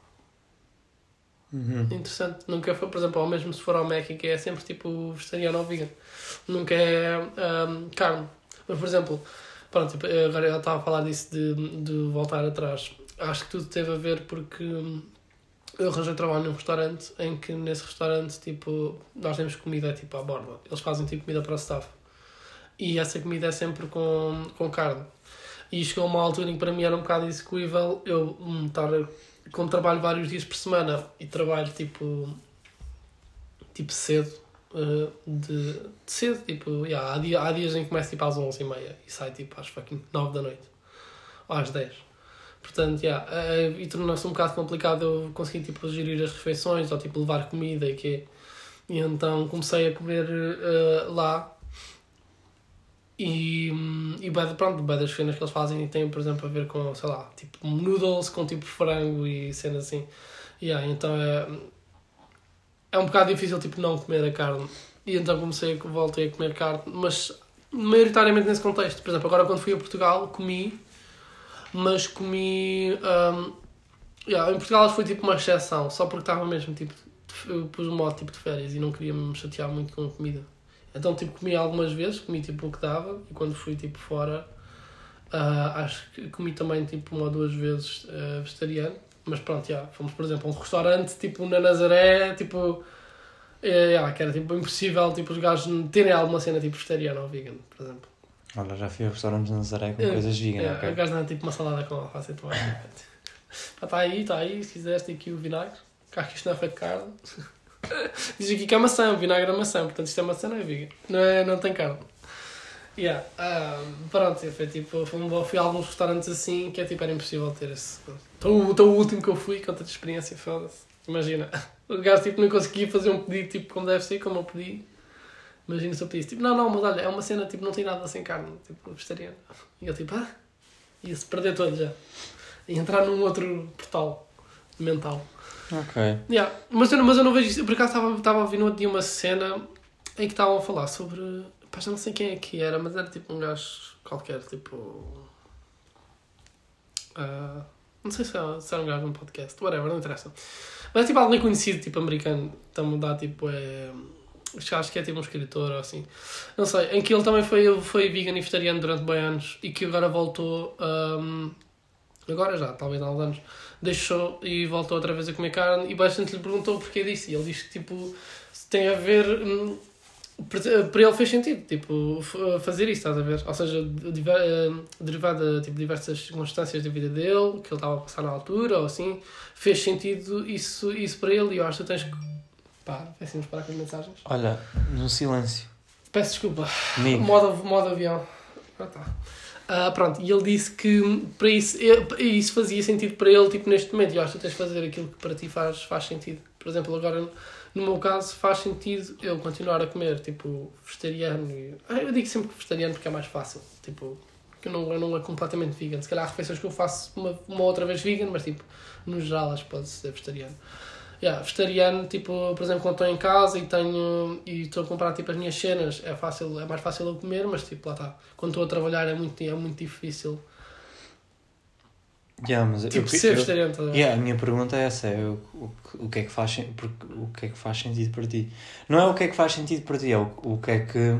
B: Uhum.
A: Interessante. Nunca foi, por exemplo, ou mesmo se for ao Mac, que é sempre tipo vegetariano ou vegan. Nunca é carne. Mas por exemplo, pronto, tipo, agora eu estava a falar disso de voltar atrás. Acho que tudo teve a ver porque eu arranjei trabalho num restaurante em que nesse restaurante, tipo, nós temos comida, tipo, à borda. Eles fazem, tipo, comida para o staff. E essa comida é sempre com carne. E chegou uma altura em que para mim era um bocado execuível eu estar, como trabalho vários dias por semana e trabalho, tipo cedo, de cedo, tipo, há dias em que começo, tipo, às 11h30 e sai, tipo, às fucking 9 da noite. Ou às 10. Portanto, e tornou-se um bocado complicado eu conseguir, tipo, gerir as refeições ou, tipo, levar comida e quê. E então comecei a comer lá. E pronto, bué das cenas que eles fazem e tem, por exemplo, a ver com, sei lá, tipo, noodles com, tipo, frango e cenas assim. Então é um bocado difícil, tipo, não comer a carne. E então voltei a comer carne, mas maioritariamente nesse contexto. Por exemplo, agora quando fui a Portugal, comi. Em Portugal foi tipo uma exceção, só porque estava mesmo, tipo, eu pus um modo tipo de férias e não queria me chatear muito com comida. Então, tipo, comi algumas vezes, comi tipo o que dava, e quando fui tipo fora, acho que comi também tipo 1 ou 2 vezes vegetariano. Mas pronto, fomos, por exemplo, a um restaurante tipo na Nazaré, tipo, que era tipo impossível, tipo, os gajos terem alguma cena tipo vegetariana ou vegan, por exemplo.
B: Olha, já fui a restaurantes de Nazaré com coisas vegan, ok?
A: O gajo dá tipo uma salada com alface e tomate. Está aí, se quiseres, tem aqui o vinagre. Acho que isto não é feito de carne. Diz aqui que é maçã, o vinagre é maçã, portanto isto é maçã, não é vegan. Não tem carne. Pronto, foi tipo, fui a alguns restaurantes assim que é tipo, era impossível ter esse. Então o último que eu fui, com tanta experiência, foda-se. Imagina, o gajo tipo, não conseguia fazer um pedido tipo, como deve ser, como eu pedi. Imagina se eu pedisse, tipo, não, mas olha, é uma cena, tipo, não tem nada sem carne, tipo, vegetariano. E eu, tipo, ia-se perder todo já. E entrar num outro portal mental.
B: Ok.
A: Mas eu não vejo isso. Por acaso estava a ouvir no outro dia uma cena em que estavam a falar sobre... Pá, já não sei quem é que era, mas era tipo um gajo qualquer, tipo... não sei se era um gajo num podcast, whatever, não interessa. Mas é tipo alguém conhecido, tipo americano, está-me a dar, tipo, acho que é tipo um escritor ou assim. Não sei, em que ele também foi vegan e vegetariano durante bem anos e que agora voltou, agora já, talvez há uns anos, deixou e voltou outra vez a comer carne e bastante lhe perguntou o porquê disso. E ele disse que tipo, tem a ver, para ele fez sentido, tipo, fazer isso, estás a ver? Ou seja, derivado de tipo, diversas circunstâncias da vida dele, que ele estava a passar na altura ou assim, fez sentido isso para ele e eu acho que tu tens que... Pá, péssimo parar com as mensagens.
B: Olha, no silêncio.
A: Peço desculpa.
B: Amigo.
A: Modo avião. Pronto, e ele disse que para isso fazia sentido para ele, tipo, neste momento. E eu acho que tu tens de fazer aquilo que para ti faz sentido. Por exemplo, agora, no meu caso, faz sentido eu continuar a comer, tipo, vegetariano. Eu digo sempre vegetariano porque é mais fácil. Tipo, que eu não é completamente vegan. Se calhar há refeições que eu faço uma outra vez vegan, mas, tipo, no geral acho que pode ser vegetariano. Vegetariano, tipo, por exemplo, quando estou em casa e estou a comprar tipo as minhas cenas, é mais fácil eu comer, mas tipo, lá está. Quando estou a trabalhar é muito difícil.
B: Mas
A: tipo, ser vegetariano, estás a ver?
B: A minha pergunta é essa, o que é que faz sentido para ti? Não é o que é que faz sentido para ti, é o que é que...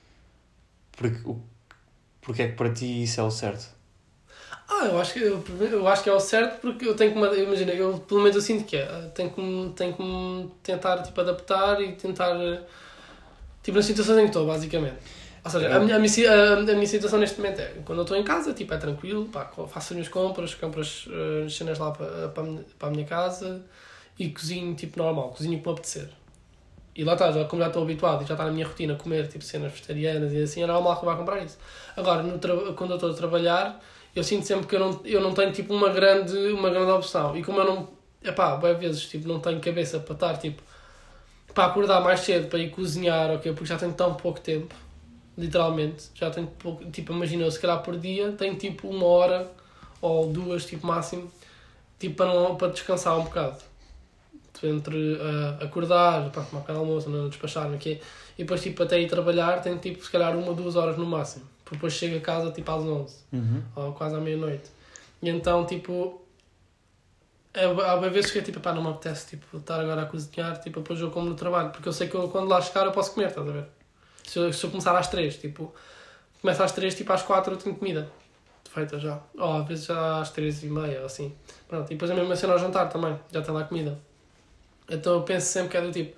B: Porque é que para ti isso é o certo?
A: Eu acho que é o certo porque eu tenho que... Imagina, eu pelo menos eu sinto que tenho que me tentar tipo, adaptar e tentar... Tipo, na situação em que estou, basicamente. Ou seja, a minha situação neste momento é... Quando eu estou em casa, tipo, é tranquilo. Pá, faço as minhas compras cenas lá para a minha casa e cozinho, tipo, normal. Cozinho como apetecer. E lá está, como já estou habituado e já está na minha rotina comer, tipo, cenas vegetarianas e assim, é normal que eu vá comprar isso. Agora, quando eu estou a trabalhar... Eu sinto sempre que eu não tenho tipo uma grande opção. E como eu não... Às vezes tipo, não tenho cabeça para estar tipo... Para acordar mais cedo, para ir cozinhar, okay? Porque já tenho tão pouco tempo. Literalmente. Já tenho pouco... Tipo, imagina, eu se calhar por dia tenho tipo 1 hora ou 2, tipo máximo. Tipo, para descansar um bocado. Entre acordar, para tomar um bocado de almoço, não despachar, aqui. E depois tipo, até ir trabalhar tenho tipo se calhar 1 ou 2 horas no máximo. Depois chego a casa tipo às 11 ou quase à meia-noite. E então, tipo, há vezes que é tipo, não me apetece tipo, estar agora a cozinhar, tipo, depois eu como no trabalho, porque eu sei que quando lá chegar eu posso comer, estás a ver? Se eu começar às 3, tipo, começo às 3, tipo, às 4 eu tenho comida. feita já. Ou às vezes já às 3h30 ou assim. Pronto, e depois a mesma cena ao jantar também, já tem lá comida. Então eu penso sempre que é do tipo,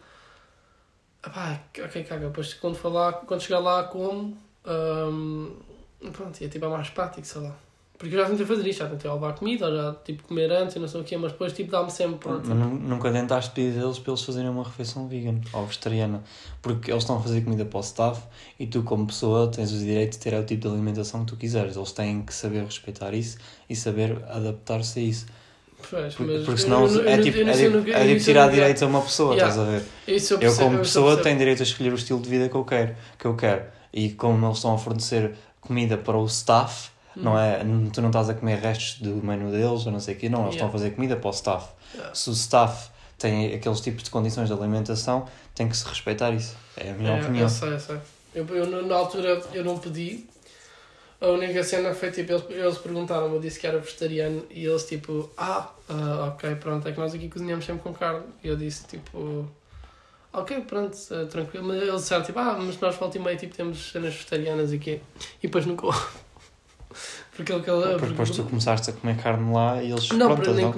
A: ok, caga, depois quando chegar lá como, pronto, e é tipo, é mais prático, sei lá. Porque eu já tentei fazer isto, já tentei levar comida, ou já tipo comer antes e não sei o quê, mas depois tipo dá-me sempre...
B: Mas nunca tentaste pedir deles para eles fazerem uma refeição vegan ou vegetariana, porque eles estão a fazer comida para o staff e tu como pessoa tens o direito de ter o tipo de alimentação que tu quiseres. Eles têm que saber respeitar isso e saber adaptar-se a isso.
A: Pois,
B: porque senão é tipo tirar direitos a uma pessoa, estás a ver? Eu como pessoa tenho direito a escolher o estilo de vida que eu quero. E como eles estão a fornecer comida para o staff, não é, tu não estás a comer restos do menu deles ou não sei o quê, não, eles estão a fazer comida para o staff. Se o staff tem aqueles tipos de condições de alimentação, tem que se respeitar isso. É a minha opinião.
A: Eu sei. Eu na altura eu não pedi. A única cena foi tipo, eles perguntaram, eu disse que era vegetariano e eles tipo, ok, pronto, é que nós aqui cozinhamos sempre com carne. E eu disse tipo, ok, pronto, tranquilo. Mas eles disseram tipo, mas nós volta e meia tipo, temos cenas vegetarianas e quê? E depois nunca houve. Porque
B: depois tu começaste a comer carne lá e eles...
A: Não,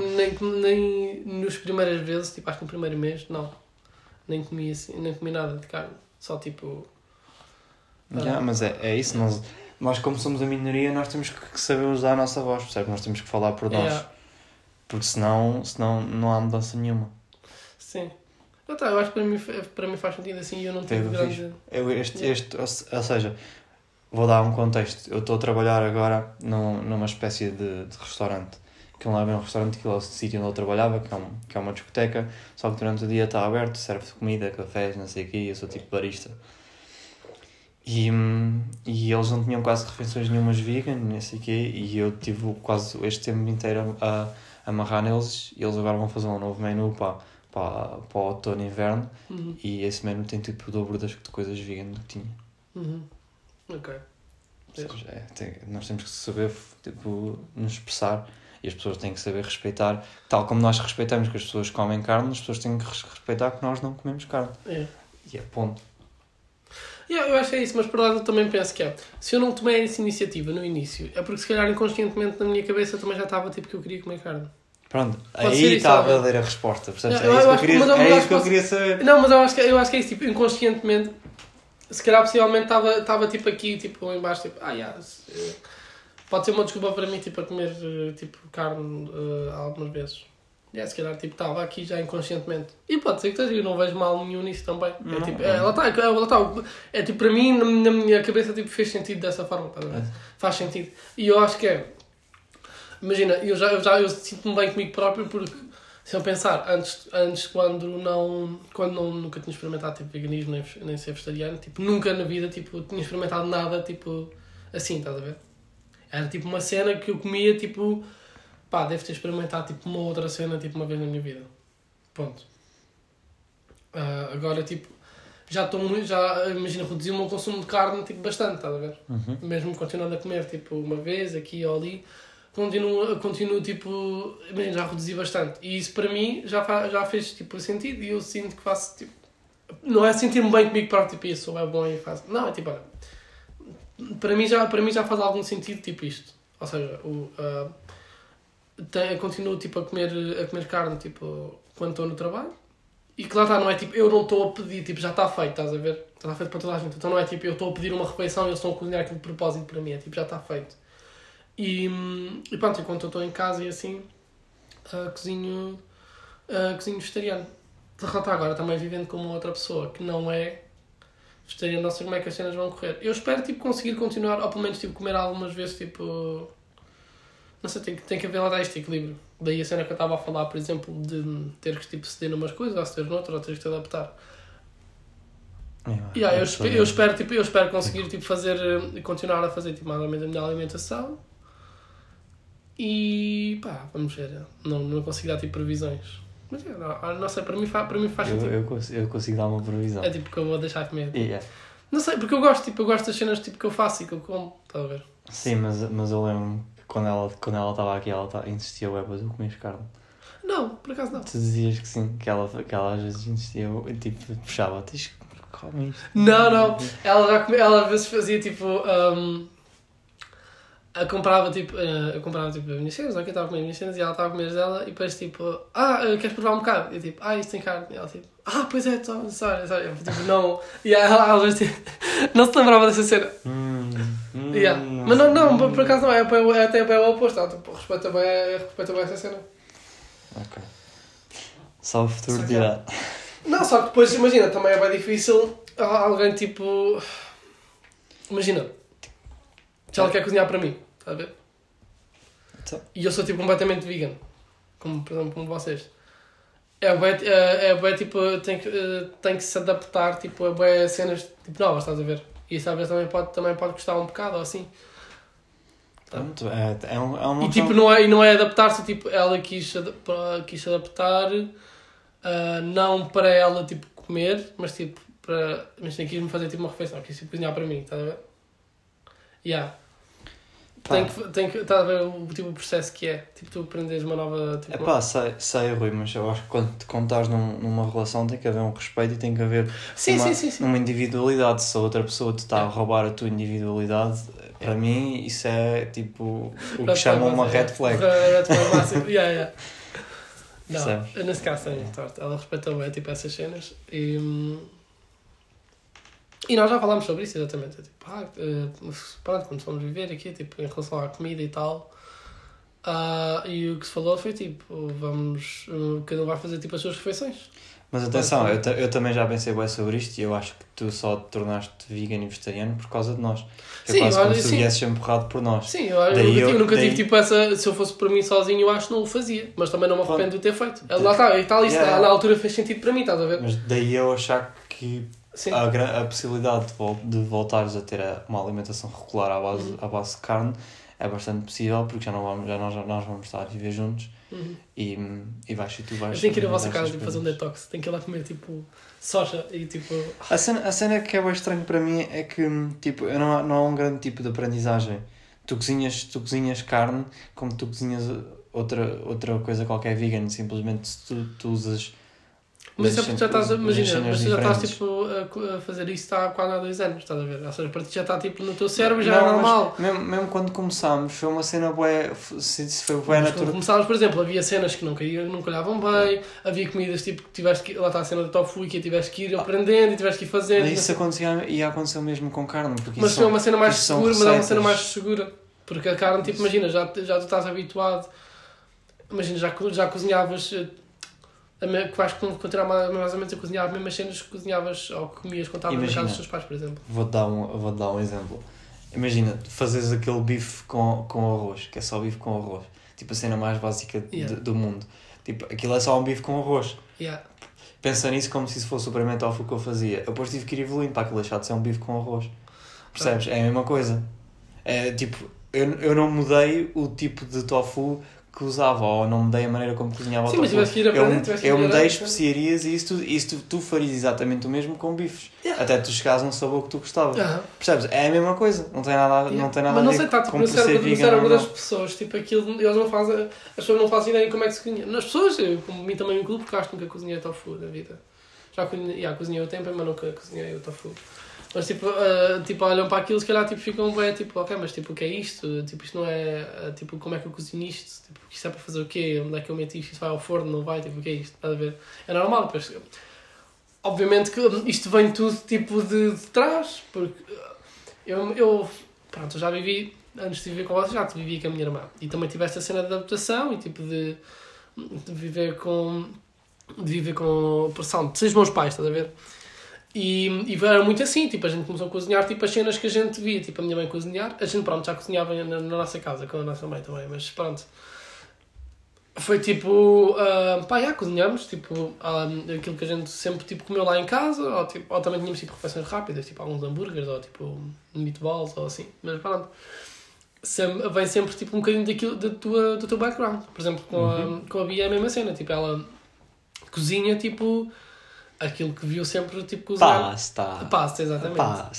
A: nem nos primeiras vezes, tipo, acho que no primeiro mês, não. Nem comi assim, nem comi nada de carne. Só tipo...
B: mas é isso, nós como somos a minoria, nós temos que saber usar a nossa voz, percebe? Nós temos que falar por nós. Porque senão não há mudança nenhuma.
A: Sim. Eu acho que para mim faz sentido assim e eu não tive grande...
B: Ou seja, vou dar um contexto. Eu estou a trabalhar agora numa espécie de restaurante. Que não é bem um restaurante, aquilo é o sítio onde eu trabalhava, que é uma discoteca, só que durante o dia está aberto, serve comida, cafés, não sei o quê, eu sou tipo barista. E eles não tinham quase refeições nenhumas vegan, não sei o quê, e eu tive quase este tempo inteiro a amarrar neles, e eles agora vão fazer um novo menu para o outono e inverno, e esse menu tem tipo o dobro das coisas vegan do que tinha.
A: Ok.
B: Seja, nós temos que saber tipo, nos expressar, e as pessoas têm que saber respeitar, tal como nós respeitamos que as pessoas comem carne, as pessoas têm que respeitar que nós não comemos carne. E é ponto.
A: Eu acho que é isso, mas por lado eu também penso que se eu não tomei essa iniciativa no início, é porque se calhar inconscientemente na minha cabeça também já estava tipo que eu queria comer carne.
B: Pronto, aí está a verdadeira resposta, percebes? É isso que eu queria saber.
A: Não, mas eu acho que é isso, tipo, inconscientemente, se calhar possivelmente estava tipo aqui, tipo em baixo, tipo, pode ser uma desculpa para mim, tipo, a comer tipo carne algumas vezes. Se calhar tipo estava aqui já inconscientemente. E pode ser que esteja, eu não vejo mal nenhum nisso também. Ela está. É tipo, para mim, na minha cabeça, tipo, fez sentido dessa forma. Faz sentido. E eu acho que imagina, eu sinto-me bem comigo próprio porque, se eu pensar, antes quando nunca tinha experimentado tipo, veganismo nem ser vegetariano, tipo, nunca na vida tipo, tinha experimentado nada tipo, assim, estás a ver? Era tipo uma cena que eu comia tipo... devo ter experimentado tipo uma outra cena tipo uma vez na minha vida. Ponto. Agora tipo, já imagina, reduzi o meu consumo de carne tipo bastante, estás a ver? Mesmo continuando a comer tipo uma vez aqui ou ali, continuo tipo, imagina, já reduzi bastante. E isso para mim já fez tipo sentido e eu sinto que faço tipo, não é sentir-me bem comigo próprio, tipo, isso é bom e faço. Não, é tipo, olha, para mim já faz algum sentido tipo isto. Ou seja, continuo tipo, a comer carne tipo, quando estou no trabalho e que lá está, não é tipo, eu não estou a pedir, tipo, já está feito, estás a ver? Já está feito para toda a gente, então não é tipo, eu estou a pedir uma refeição e eles estão a cozinhar aquilo de propósito para mim, é tipo, já está feito. E pronto, enquanto eu estou em casa e assim, cozinho vegetariano. De repente agora também vivendo com uma outra pessoa que não é vegetariano, não sei como é que as cenas vão correr. Eu espero tipo, conseguir continuar, ou pelo menos tipo, comer algumas vezes tipo... Não sei, tem que haver lá este equilíbrio. Daí a cena que eu estava a falar, por exemplo, de ter que tipo, ceder numas coisas, ou ceder noutras, ou ter que te adaptar. Eu espero conseguir tipo, continuar a fazer tipo, mais ou menos a minha alimentação. E vamos ver. Não consigo dar tipo, previsões. Mas não sei, para mim faz sentido.
B: Eu consigo dar uma previsão.
A: É tipo que eu vou deixar comer.
B: Yeah.
A: Não sei, porque eu gosto das cenas tipo, que eu faço e que eu como. Estás a ver?
B: Sim, mas eu lembro-me que quando ela estava aqui, ela insistia para tu comeres carne.
A: Não, por acaso não.
B: Tu dizias que sim, que ela às vezes insistia, tipo, puxava, tens que comer isto.
A: Não. Ela às vezes fazia tipo... Eu comprava tipo as minhas cenas, ok? Eu estava a comer as minhas cenas e ela estava a comer as dela e depois tipo, queres provar um bocado? E eu tipo, isto tem carne. E ela tipo, pois é, sorry. Eu tipo, não. E ela às vezes tipo, não se lembrava dessa cena. Yeah. Mas não, por acaso não, é até bem o oposto. Ela tipo, respeita bem essa cena.
B: Ok. Só o futuro dirá.
A: Não, só que depois, imagina, também é bem difícil alguém tipo. Imagina, se ela quer cozinhar para mim, está a ver?
B: Então.
A: E eu sou tipo completamente vegan, como por exemplo como vocês. É bué tipo, tem que se adaptar tipo, a bué cenas tipo, novas, estás a ver? E isso às vezes também pode custar um bocado ou assim.
B: Pronto, é uma
A: e tipo, não é adaptar-se, tipo, ela quis adaptar, não para ela tipo comer, mas tipo, mas quis-me fazer tipo uma refeição, quis tipo, cozinhar para mim, estás a ver? Yeah. Tem que estás a ver o processo que é, tipo, tu aprendes uma nova... Tipo,
B: sei, Rui, mas eu acho que quando estás numa relação tem que haver um respeito e tem que haver uma individualidade. Se a outra pessoa te está a roubar a tua individualidade, para mim isso é tipo o que chamam uma red flag.
A: Red flag máximo, yeah. Não,
B: Percebes?
A: nesse caso tem, ela respeita bem tipo, essas cenas e nós já falámos sobre isso, exatamente. Tipo, pronto, quando fomos viver aqui, tipo, em relação à comida e tal, e o que se falou foi tipo, cada um vai fazer tipo as suas refeições.
B: Mas atenção, eu também já pensei bem sobre isto e eu acho que tu só te tornaste vegan e vegetariano por causa de nós. É quase como se tu viesses empurrado por nós.
A: Sim, eu nunca tive tipo essa. Se eu fosse por mim sozinho, eu acho que não o fazia. Mas também não me arrependo de ter feito. Lá está, e tal, isso na altura fez sentido para mim, estás a ver?
B: Mas daí eu achar que a possibilidade de voltares a ter uma alimentação regular à base de carne é bastante possível, porque nós vamos estar a viver juntos. E vais e tu vais...
A: Eu tenho que ir à vossa casa tipo, fazer um detox. Tenho que ir lá comer tipo soja e tipo...
B: A cena que é bem estranho para mim é que tipo, não há um grande tipo de aprendizagem. Tu cozinhas carne como tu cozinhas outra coisa qualquer vegan. Simplesmente se tu usas...
A: Mas é porque já estás, imagina, mas tu já estás tipo, a fazer isso há quase há 2 anos, estás a ver? Ou seja, para ti já está tipo no teu cérebro, já é normal.
B: Mesmo quando começámos, foi uma cena bué, foi bué natural.
A: Quando começámos, por exemplo, havia cenas que nunca olhavam bem, havia comidas tipo que tiveste que ir, lá está a cena do tofu, que tiveste que ir aprendendo e tiveste que ir fazendo.
B: Mas isso ia acontecer mesmo com carne. Porque
A: mas foi uma cena mais segura, mas é uma cena mais segura. Porque a carne, tipo, imagina, já tu estás habituado, imagina, já cozinhavas... que vais continuar mais ou menos a cozinhar as mesmas cenas que cozinhavas ou que comias quando estavas na casa dos teus pais, por exemplo.
B: Vou-te dar um exemplo. Imagina, tu fazes aquele bife com arroz, que é só bife com arroz. Tipo a cena mais básica do mundo. Tipo, aquilo é só um bife com arroz.
A: Yeah.
B: Pensa nisso como se isso fosse o primeiro tofu que eu fazia. Eu depois tive que ir evoluindo para aquilo deixar de ser um bife com arroz. Percebes? É a mesma coisa. É tipo, eu não mudei o tipo de tofu que usava, ou não mudei a maneira como cozinhava o tofu.
A: Mas tiveste que ir aprendendo,
B: eu mudei especiarias e isso tu farias exatamente o mesmo com bifes. Yeah. Até tu chegares a um sabor que tu gostavas. Percebes? É a mesma coisa. Não tem nada, não tem nada
A: mas
B: a ver
A: tá, tipo,
B: com ser vegan. No cérebro das
A: pessoas, tipo, aquilo, eles não fazem, as pessoas não fazem ideia de como é que se cozinha. Nas pessoas, como a mim também me incluo, porque acho que nunca cozinhei tofu na vida. Já cozinhei o tempeh, mas nunca cozinhei o tofu. Mas tipo, olham para aquilo, se calhar tipo, ficam bem, tipo, ok, mas tipo, o que é isto? Tipo, isto não é, tipo, como é que eu cozinho isto? Tipo, isto é para fazer o quê? Onde é que eu meto isto? Isto vai ao forno, não vai? Tipo, o que é isto? Estás a ver? É normal, depois, obviamente que isto vem tudo, tipo, de trás, porque eu já vivi, antes de viver com vocês, já vivi com a minha irmã. E também tive esta cena de adaptação e, tipo, de viver com pressão de 6 meus pais, estás a ver? E era muito assim, tipo, a gente começou a cozinhar tipo, as cenas que a gente via, tipo, a minha mãe cozinhar, a gente, pronto, já cozinhava na nossa casa, com a nossa mãe também, mas pronto. Foi tipo, cozinhamos, tipo, aquilo que a gente sempre, tipo, comeu lá em casa, ou também tínhamos, tipo, refeições rápidas, tipo, alguns hambúrgueres, ou, tipo, meatballs, ou assim, mas pronto. Vem sempre, tipo, um bocadinho daquilo, do teu background. Por exemplo, com a Bia é a mesma cena, tipo, ela cozinha, tipo... Aquilo que viu sempre, tipo, cozinhar... Pasta, exatamente.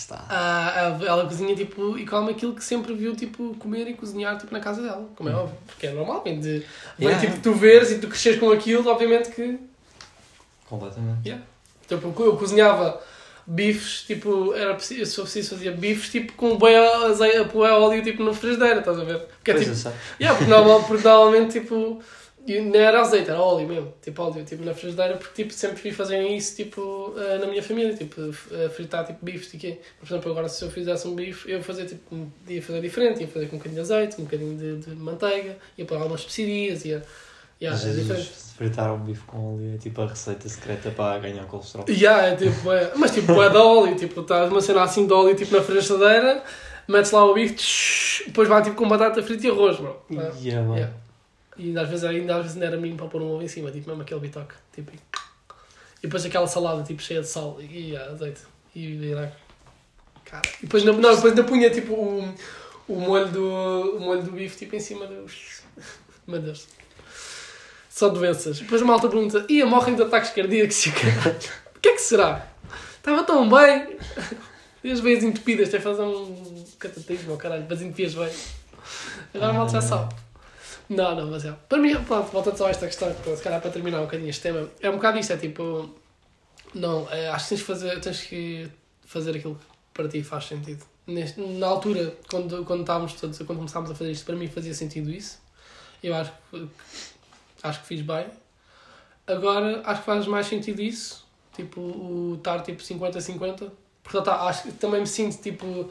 A: Ela cozinha, tipo, e come aquilo que sempre viu, tipo, comer e cozinhar, tipo, na casa dela. Como é óbvio. Porque é normal, tipo, tu veres e tu cresces com aquilo, obviamente que...
B: Completamente.
A: Tipo, eu cozinhava bifes, tipo, era preciso, se eu preciso fazia bifes, tipo, com bué azeite, bué óleo, tipo, na frigideira, estás a ver? Porque é
B: Pois
A: tipo,
B: eu sei.
A: porque normalmente, tipo, e não era azeite, era óleo mesmo, tipo, óleo, tipo, na frigideira, porque, tipo, sempre vi fazerem isso, tipo, na minha família, tipo, fritar, tipo, bifes, e quê. Por exemplo, agora, se eu fizesse um bife, eu ia fazer, tipo, ia fazer diferente, ia fazer com um bocadinho de azeite, um bocadinho de manteiga, ia pôr algumas especiarias,
B: Às
A: é
B: vezes
A: diferente.
B: fritar um bife com óleo é tipo a receita secreta para ganhar colesterol.
A: É tipo, mas tipo, é de óleo, tipo, estás uma cena assim de óleo, tipo, na frigideira, metes lá o bife, depois vai, tipo, com batata frita e arroz, bro.
B: Mano.
A: E às vezes ainda era mínimo para pôr um ovo em cima, tipo, mesmo aquele bitoque, tipo, e depois aquela salada, tipo, cheia de sal e azeite, e vinagre. Cara, e depois ainda punha, tipo, o molho do bife, tipo, em cima dos... Meu Deus. Só doenças. Depois a malta pergunta, morrem de ataques cardíacos e o caralho. O que é que será? Estava tão bem. E as veias entupidas, tens de fazer um cateterismo, caralho, para entupias bem. Agora a malta já sabe. Não, mas é. Para mim, pronto, voltando só a esta questão, se calhar para terminar um bocadinho este tema, é um bocado isto, é tipo... Não, acho que tens que fazer aquilo que para ti faz sentido. Na altura, quando estávamos todos, quando começámos a fazer isto, para mim fazia sentido isso. Eu acho que fiz bem. Agora, acho que faz mais sentido isso. Tipo, o estar tipo 50-50. Portanto, acho que também me sinto tipo...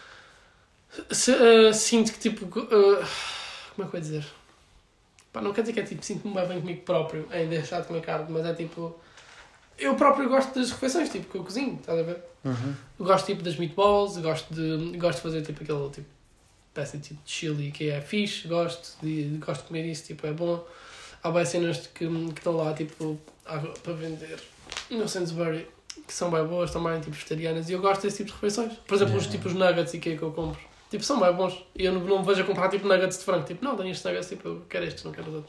A: sinto que tipo... como é que eu vou dizer? Pá, não quer dizer que é tipo, sinto-me bem comigo próprio em deixar de comer carne, mas é tipo... Eu próprio gosto das refeições, tipo, que eu cozinho, estás a ver?
B: Uhum.
A: Eu gosto tipo das meatballs, gosto de fazer tipo aquele tipo... peça tipo de chili que é fixe, gosto de comer isso, tipo, é bom. Há bem cenas que estão lá, tipo, para vender no Sainsbury, que são bem boas também, tipo, vegetarianas, e eu gosto desse tipo de refeições. Por exemplo, os tipos nuggets e que eu compro, tipo, são bem bons. E eu não me vejo a comprar, tipo, nuggets de frango, tipo, não, tenho estes nuggets, tipo, eu quero estes, não quero os outros.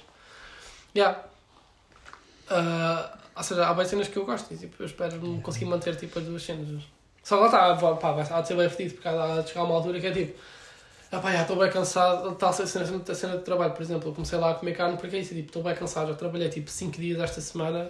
A: Ou seja, há bem cenas que eu gosto, e, tipo, eu espero conseguir manter, tipo, as duas cenas. Só lá está, há de ser bem fedido, porque há de chegar a uma altura que é, tipo, já estou bem cansado, tal cena de trabalho, por exemplo, eu comecei lá a comer carne porque é isso, tipo, estou bem cansado, já trabalhei tipo 5 dias esta semana,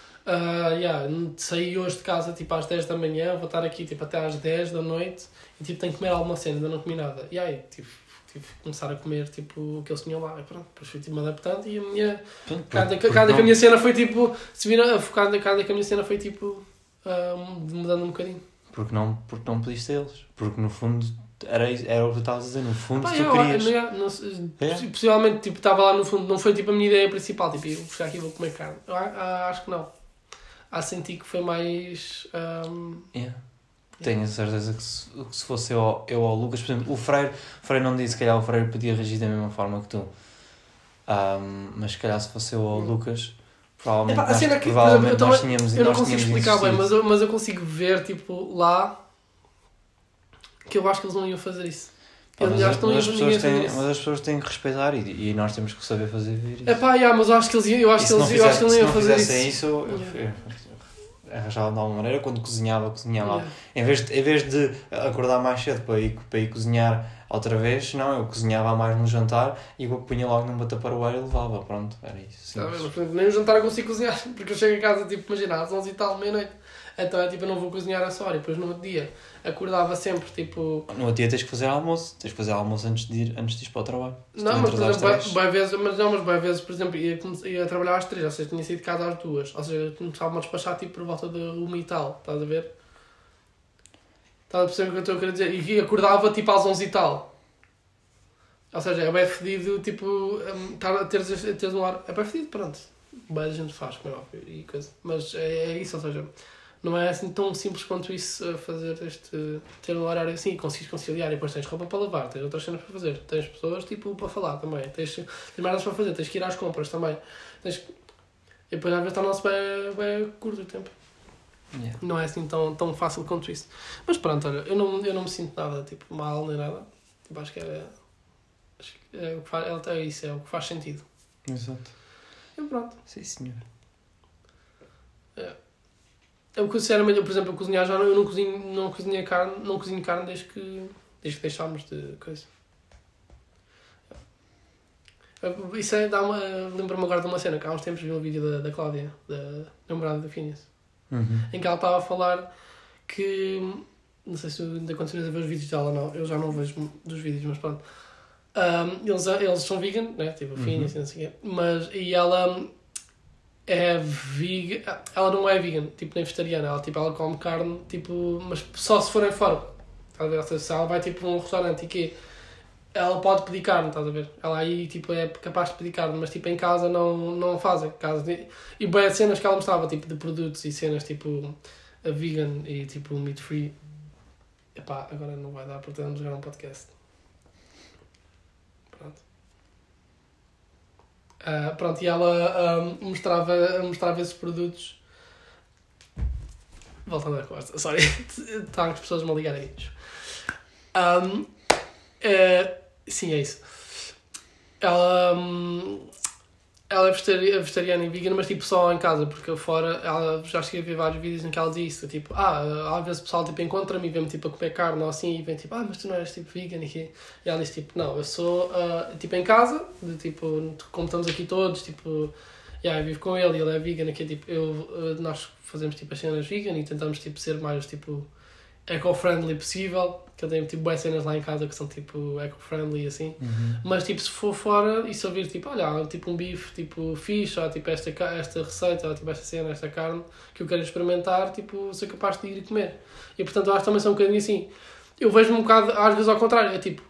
A: saí hoje de casa tipo às 10 da manhã, vou estar aqui tipo até às 10 da noite e tipo tenho que comer alguma cena, ainda não comi nada, e aí tive que começar a comer tipo o que eles tinham lá, e pronto, depois fui tipo me adaptando e a minha, cada que a minha cena foi tipo, cada que a minha cena foi tipo, mudando um bocadinho.
B: Porque não pediste a eles, porque no fundo... Era o que tu estavas a dizer, no fundo, tu querias.
A: Possivelmente, tipo, estava lá no fundo, não foi tipo a minha ideia principal, tipo, eu vou chegar aqui e vou comer carne. Acho que não. Senti que foi mais...
B: Tenho a certeza que se fosse eu ou o Lucas, por exemplo, o Freire não disse, se calhar o Freire podia reagir da mesma forma que tu. Mas se calhar se fosse eu ou o Lucas, provavelmente nós tínhamos...
A: Eu não consigo explicar bem, mas eu consigo ver, tipo, lá... que eu acho que eles não iam fazer isso.
B: Mas as pessoas têm que respeitar e nós temos que saber fazer isso.
A: Mas eu acho que eles não iam fazer isso.
B: Se não fizessem isso, eu arranjava de alguma maneira, quando cozinhava. Em vez de acordar mais cedo para ir cozinhar outra vez, não, eu cozinhava mais no jantar e eu punha logo num bataparoeiro e levava, pronto, era isso.
A: Nem no jantar eu consigo cozinhar, porque eu chego a casa, tipo, imagina, às 11 e tal, meia-noite. Então é tipo, eu não vou cozinhar essa hora. E depois no outro dia acordava sempre, tipo...
B: No outro dia tens que fazer almoço. Tens que fazer almoço antes de ir para o trabalho.
A: Não, mas por exemplo, bem vezes, por exemplo, ia trabalhar às 3, ou seja, tinha saído de casa às 2. Ou seja, começava a despachar tipo por volta de 1 e tal, estás a ver? Estás a perceber o que eu estou a querer dizer? E acordava tipo às 11 e tal. Ou seja, é bem fedido, tipo, teres um ar... É bem fedido, pronto. Bem a gente faz, como é óbvio, e coisa. Mas é isso, ou seja... Não é assim tão simples quanto isso fazer ter um horário assim, consegues conciliar e depois tens roupa para lavar, tens outras cenas para fazer, tens pessoas tipo para falar também, tens merdas para fazer, tens que ir às compras também. E depois às vezes torna-se bem curto o tempo. Não é assim tão fácil quanto isso. Mas pronto, olha, eu não me sinto nada tipo, mal nem nada. Tipo, acho que é o que faz, é isso, é o que faz sentido.
B: Exato.
A: E pronto.
B: Sim, senhor.
A: Eu considero melhor, por exemplo, eu cozinhar já eu não cozinho carne desde que deixámos de coisa. Isso lembro-me agora de uma cena que há uns tempos vi um vídeo da Cláudia, da namorada da Phineas, em que ela estava a falar que... Não sei se ainda continuas a ver os vídeos dela ou não. Eu já não vejo dos vídeos, mas pronto. Eles são vegan, né? Tipo, fina, assim, não sei o quê. Mas, e ela é vegan... Ela não é vegan, tipo, nem vegetariana. Ela come carne, tipo... Mas só se forem fora. Estás a ver? Ou seja, se ela vai, tipo, a um restaurante e que ela pode pedir carne, estás a ver? Ela aí, tipo, é capaz de pedir carne, mas, tipo, em casa não fazem. E bem, as cenas que ela mostrava, tipo, de produtos e cenas, tipo, a vegan e, tipo, meat free. Epá, agora não vai dar porque estamos a jogar um podcast. Pronto. Pronto, e ela mostrava esses produtos. Voltando à conversa, sorry. Estão as pessoas-me a ligar a isso. Sim, é isso. Ela é vegetariana e vegan, mas tipo só em casa, porque fora ela já cheguei a ver vários vídeos em que ela diz isso, tipo, às vezes o pessoal tipo, encontra-me e vê-me tipo, a comer carne ou assim e vem tipo, mas tu não és tipo vegan e ela diz tipo, não, eu sou tipo em casa, de, tipo, como estamos aqui todos, tipo, eu vivo com ele e ele é vegan, aqui tipo, nós fazemos tipo as cenas vegan e tentamos tipo ser mais tipo eco-friendly possível, que eu tenho tipo boas cenas lá em casa que são tipo eco-friendly e assim, mas tipo se for fora e se eu vir tipo, olha, tipo um bife tipo fixe, ou tipo esta receita, ou tipo esta cena, esta carne que eu quero experimentar, tipo sou capaz de ir e comer. E portanto eu acho que também sou um bocadinho assim. Eu vejo-me um bocado às vezes ao contrário, é tipo,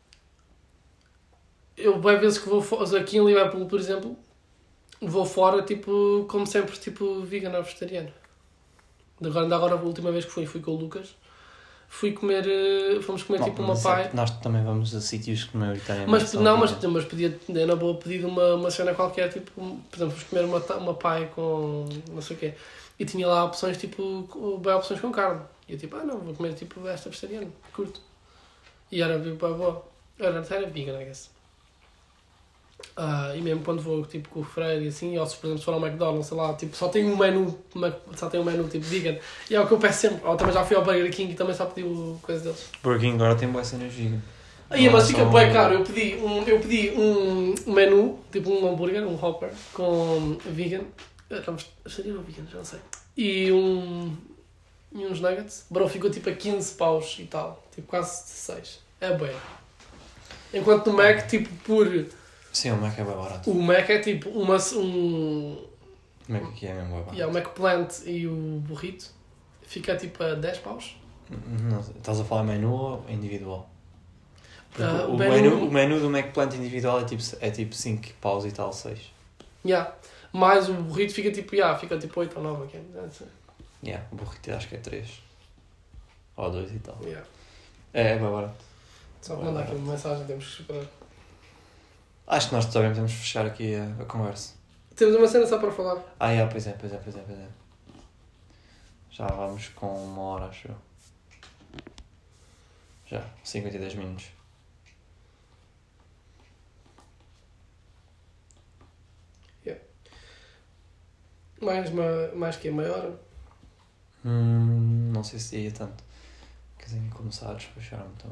A: eu bem vezes que vou aqui em Liverpool, por exemplo, vou fora tipo como sempre tipo vegan ou vegetariano. Ainda agora a última vez que fui com o Lucas, fomos comer tipo uma paella.
B: Nós também vamos a sítios que maioritariamente
A: mas podia, na boa, pedir uma cena qualquer, tipo, por exemplo, fomos comer uma paella com não sei o quê, e tinha lá opções, tipo, bem opções com carne. E eu tipo, não, vou comer tipo esta vegetariana, curto. E era bem boa. Era vegan, I guess. E mesmo quando vou tipo com o Freire e assim, ou se por exemplo for ao McDonald's, sei lá, tipo, só tem um menu tipo vegan, e é o que eu peço sempre. Ou também já fui ao Burger King e também só pedi coisa deles.
B: Burger King agora tem boas cenas vegan.
A: Mas fica bem caro. Eu pedi um menu, tipo um hambúrguer, um Hopper com vegan, seria não vegan, já não sei, e uns nuggets, bro, ficou tipo a 15 paus e tal, tipo quase 16. É bem. Enquanto no Mac, tipo,
B: Sim, o Mac é bem barato.
A: O Mac é tipo
B: O Mac aqui é mesmo bem barato.
A: O Mac Plant e o burrito fica tipo a 10 paus.
B: Não, estás a falar menu ou individual? O menu do Mac Plant individual é tipo 5 paus e tal, 6.
A: Mais o burrito fica tipo 8 ou 9 aqui.
B: O burrito acho que é 3. Ou 2 e tal.
A: É
B: bem barato.
A: Só mandar aqui uma mensagem, temos que superar.
B: Acho que nós também podemos fechar aqui a conversa.
A: Temos uma cena só para falar.
B: Pois é. Já vamos com 1 hora, acho eu. Já, 52 minutos.
A: Mais que meia hora?
B: Não sei se ia tanto. Quer dizer, começar a despachar-me também.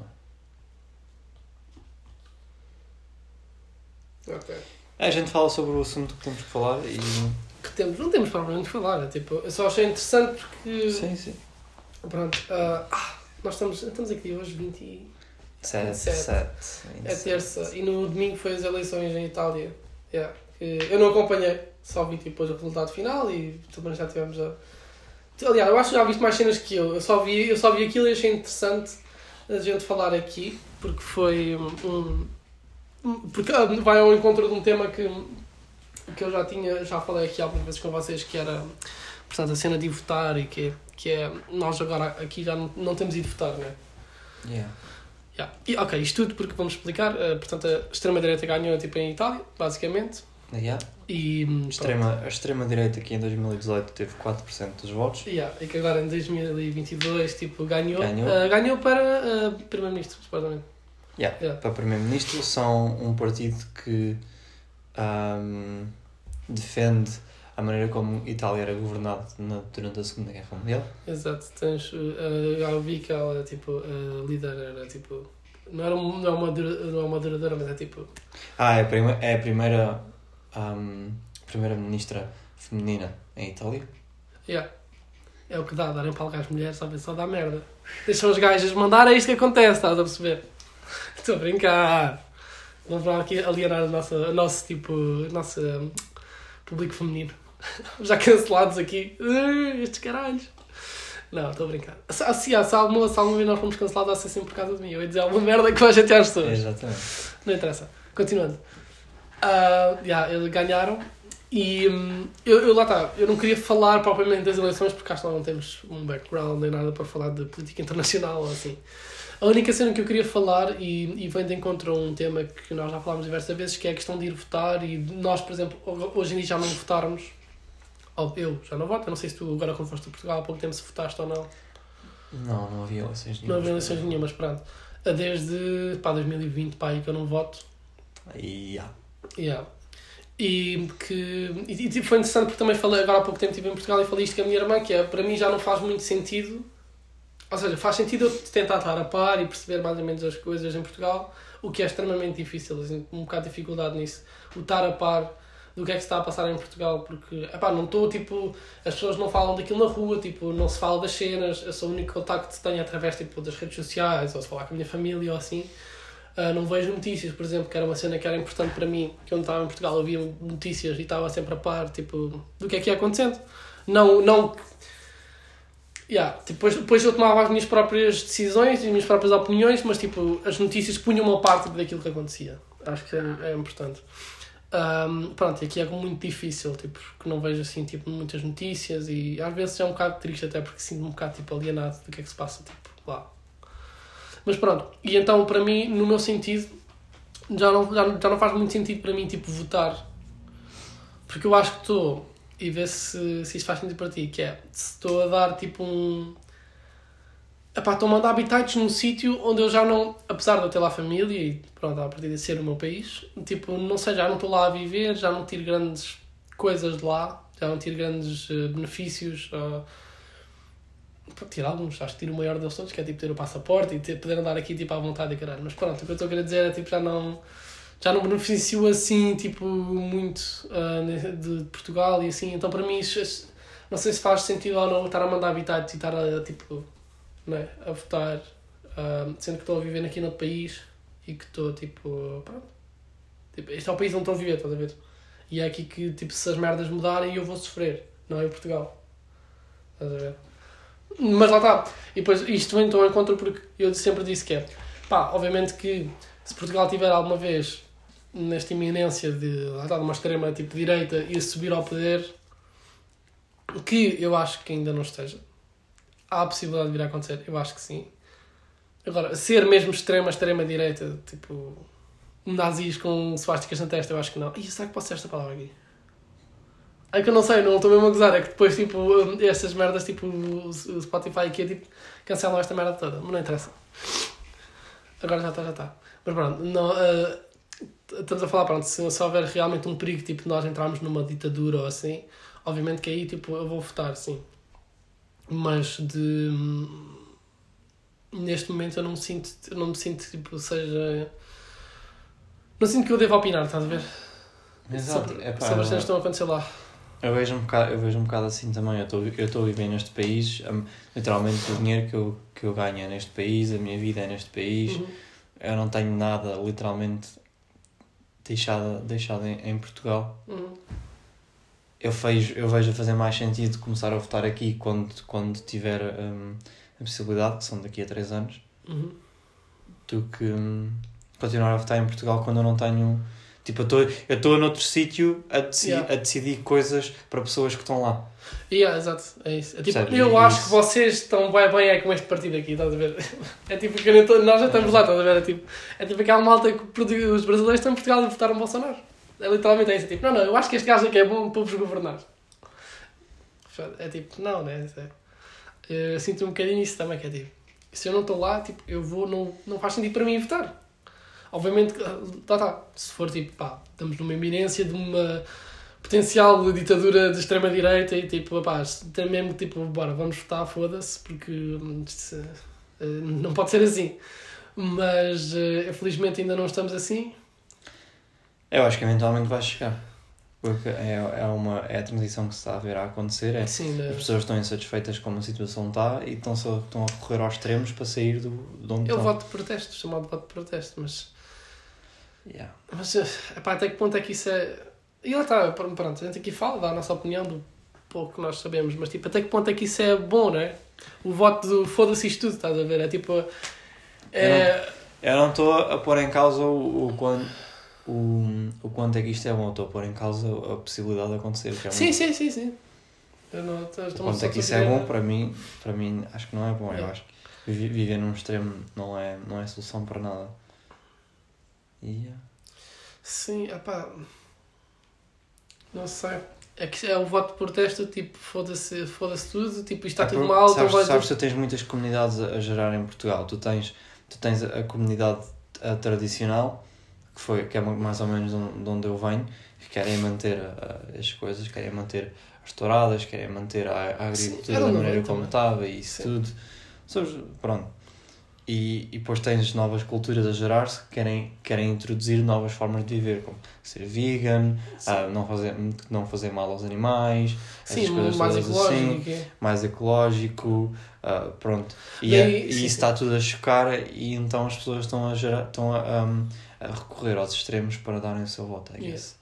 A: Ok.
B: A gente fala sobre o assunto que temos que falar e...
A: Não temos problema de falar, tipo, eu só achei interessante porque...
B: Sim.
A: Pronto, nós estamos aqui hoje 27. É terça, e no domingo foi as eleições em Itália. Eu não acompanhei, só vi depois o resultado final e também já tivemos Aliás, eu acho que já viste mais cenas que eu. Eu só vi aquilo e achei interessante a gente falar aqui, porque foi porque vai ao encontro de um tema que eu já falei aqui algumas vezes com vocês, que era, portanto, a cena de ir votar, e que é nós agora aqui já não temos ido votar, não é? E, ok, isto tudo porque vamos explicar, portanto, a extrema-direita ganhou tipo em Itália, basicamente. E
B: a extrema-direita aqui em 2018 teve 4% dos votos.
A: E que agora em 2022 tipo, ganhou para Primeiro-Ministro, supostamente.
B: Para Primeiro-Ministro. São um partido que defende a maneira como Itália era governada durante a Segunda Guerra Mundial.
A: Exato. Eu vi que ela, tipo, a líder era tipo... Não é uma moderadora, mas é tipo...
B: É a primeira ministra feminina em Itália.
A: É o que dá, darem palco às mulheres, só dá merda. Deixam os gajos mandar, é isto que acontece, estás a perceber? Estou a brincar. Vamos lá aqui alienar o nosso público feminino. Já cancelados aqui. Estes caralhos. Não, estou a brincar. Se alguma vez nós fomos cancelados, vai ser sempre por causa de mim. Eu ia dizer alguma merda que vai chatear as pessoas.
B: Exatamente.
A: Não interessa. Continuando. Eles ganharam. E eu lá está. Eu não queria falar propriamente das eleições, porque acho que não temos um background nem nada para falar de política internacional ou assim. A única cena que eu queria falar, e vem de encontro a um tema que nós já falámos diversas vezes, que é a questão de ir votar, e nós, por exemplo, hoje em dia já não votarmos. Eu já não voto, eu não sei se tu agora quando foste a Portugal há pouco tempo se votaste ou não.
B: Não havia eleições nenhumas.
A: Não havia eleições nenhumas, pronto. Desde 2020 aí que eu não voto. E foi interessante porque também falei, agora há pouco tempo estive em Portugal e falei isto com a minha irmã, que para mim já não faz muito sentido. Ou seja, faz sentido eu tentar estar a par e perceber mais ou menos as coisas em Portugal, o que é extremamente difícil, assim, um bocado de dificuldade nisso. O estar a par do que é que se está a passar em Portugal, porque, não estou, as pessoas não falam daquilo na rua, não se fala das cenas, eu sou o único contacto que tenho através, das redes sociais, ou se falar com a minha família ou assim. Não vejo notícias, por exemplo, que era uma cena que era importante para mim, que eu estava em Portugal, havia notícias e estava sempre a par, do que é que ia acontecendo. Depois eu tomava as minhas próprias decisões e as minhas próprias opiniões, mas as notícias punham uma parte daquilo que acontecia. Acho que é importante. E aqui é muito difícil, porque não vejo assim, muitas notícias e às vezes é um bocado triste até porque sinto-me um bocado alienado do que é que se passa lá. Mas pronto, e então para mim, no meu sentido, já não faz muito sentido para mim votar, porque eu acho que estou, e ver se isto faz sentido para ti, que é, se estou a dar estou a mandar habitats num sítio onde eu já não, apesar de eu ter lá família e pronto, a partir de ser o meu país, não sei, já não estou lá a viver, já não tiro grandes coisas de lá, já não tiro grandes benefícios, tirar alguns, acho que tiro o maior deles todos, que é ter o passaporte e poder andar aqui à vontade e caralho, mas pronto, o que eu estou a querer dizer é já não beneficio assim muito de Portugal e assim, então para mim isso, não sei se faz sentido ou não estar a mandar habitats e estar a votar, sendo que estou a viver aqui no outro país e que estou este é o país onde estou a viver, estás a ver? E é aqui que se as merdas mudarem eu vou sofrer, não é em Portugal, estás a ver? Mas lá está, e depois isto vem então ao encontro porque eu sempre disse que obviamente que se Portugal tiver alguma vez nesta iminência de uma extrema direita e subir ao poder, que eu acho que ainda não esteja, há a possibilidade de vir a acontecer, eu acho que sim. Agora, ser mesmo extrema direita, nazis com swasticas na testa, eu acho que não. Será que posso dizer esta palavra aqui? É que eu não sei, não estou mesmo a gozar, é que depois estas merdas, o Spotify aqui cancelam esta merda toda, mas não interessa. Agora já está. Mas pronto, não, estamos a falar, se houver realmente um perigo de nós entrarmos numa ditadura ou assim, obviamente que aí eu vou votar, sim. Mas neste momento eu não me sinto seja... Não sinto que eu devo opinar, estás a ver?
B: Exato.
A: Sobre as cenas que estão a acontecer lá.
B: Eu vejo um bocado assim também. Eu estou a viver neste país, literalmente o dinheiro que eu ganho é neste país, a minha vida é neste país. Uhum. Eu não tenho nada literalmente deixado em Portugal.
A: Uhum.
B: Eu vejo a fazer mais sentido começar a votar aqui quando tiver a possibilidade, que são daqui a 3 anos,
A: uhum.
B: do que continuar a votar em Portugal quando eu não tenho... eu estou noutro sítio a decidir coisas para pessoas que estão lá.
A: Exato, é isso. Eu acho que vocês estão bem com este partido aqui, estás a ver? Nós já estamos lá, estás a ver? É aquela malta que os brasileiros estão em Portugal e votaram Bolsonaro. É literalmente isso. Não, eu acho que este gajo aqui é bom para vos governar. Não, né? Eu sinto um bocadinho isso também, que se eu não estou lá, eu vou, não faz sentido para mim votar. Obviamente, se for estamos numa iminência de uma potencial ditadura de extrema-direita e tem mesmo bora, vamos votar, foda-se, porque não pode ser assim. Mas, felizmente, ainda não estamos assim.
B: Eu acho que eventualmente vai chegar. Porque é a transição que se está a ver a acontecer.
A: Sim,
B: As pessoas estão insatisfeitas como a situação está e estão a recorrer aos extremos para sair de onde
A: eu
B: estão.
A: voto de protesto, chamado voto de protesto, mas...
B: Yeah.
A: Mas, epá, até que ponto é que isso é... E lá está, pronto, a gente aqui fala, dá a nossa opinião do pouco que nós sabemos, mas tipo, até que ponto é que isso é bom, não é? O voto do foda-se isto tudo, estás a ver? É tipo...
B: Eu não estou a pôr em causa o quanto é que isto é bom, estou a pôr em causa a possibilidade de acontecer. Que é
A: Sim. Eu não,
B: quanto é que isso é bom, para mim acho que não é bom. Eu acho que viver num extremo não é solução para nada.
A: Sim, epá... Não sei. É que é o voto de protesto, tipo, foda-se tudo, tipo, isto está tudo mal.
B: Sabes que tu tens muitas comunidades a gerar em Portugal. Tu tens a comunidade tradicional, que é mais ou menos de onde eu venho, que querem manter as coisas, querem manter as touradas, querem manter a agricultura da maneira como estava e isso tudo. Pronto. E depois tens novas culturas a gerar-se que querem introduzir novas formas de viver, como ser vegan, não fazer mal aos animais,
A: sim, mais ecológico,
B: assim, mais ecológico, pronto. E isso está tudo a chocar e então as pessoas estão a recorrer aos extremos para darem o seu voto, I guess.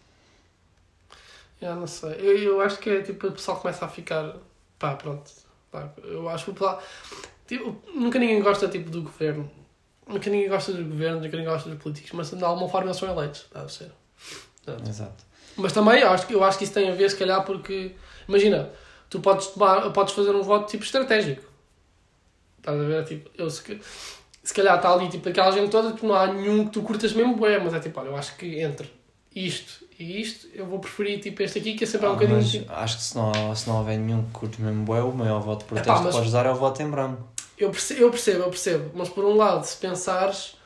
A: Não sei. Eu acho que é tipo, o pessoal começa a ficar... pronto. Eu acho que o pessoal... Tipo, nunca ninguém gosta tipo, do governo. Nunca ninguém gosta dos governos, nunca ninguém gosta dos políticos, mas de alguma forma eles são eleitos. Deve ser.
B: Exato.
A: Mas também eu acho que isso tem a ver, se calhar, porque... Imagina, tu podes fazer um voto tipo estratégico. Estás a ver? Tipo, se calhar está ali tipo, aquela gente toda, tipo, não há nenhum que tu curtas mesmo bué, mas é tipo, olha, eu acho que entre isto e isto, eu vou preferir tipo este aqui, que é sempre um bocadinho...
B: Mas
A: tipo...
B: acho que se não houver nenhum que curte mesmo bué, o maior voto de protesto que podes dar é o voto em branco.
A: Eu percebo, mas por um lado, se pensares...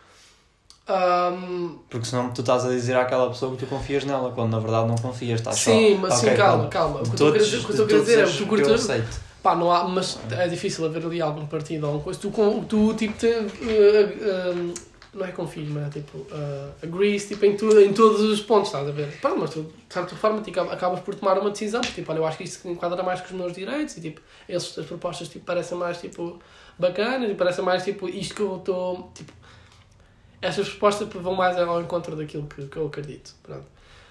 B: Porque senão tu estás a dizer àquela pessoa que tu confias nela, quando na verdade não confias, estás
A: sim,
B: só...
A: Mas sim, calma. O que eu estou a querer dizer é que tu curtas... Não há, mas é difícil haver ali algum partido ou alguma coisa. Tu tipo, não é confias, mas é tipo, agrees tipo, em todos os pontos, estás a ver? Mas tu, de certa forma, tipo, acabas por tomar uma decisão, porque tipo, olha, eu acho que isto enquadra mais com os meus direitos e tipo, as propostas tipo, parecem mais tipo, bacanas e parecem mais tipo, isto que eu estou... Tipo, estas propostas vão mais ao encontro daquilo que eu acredito. Pronto.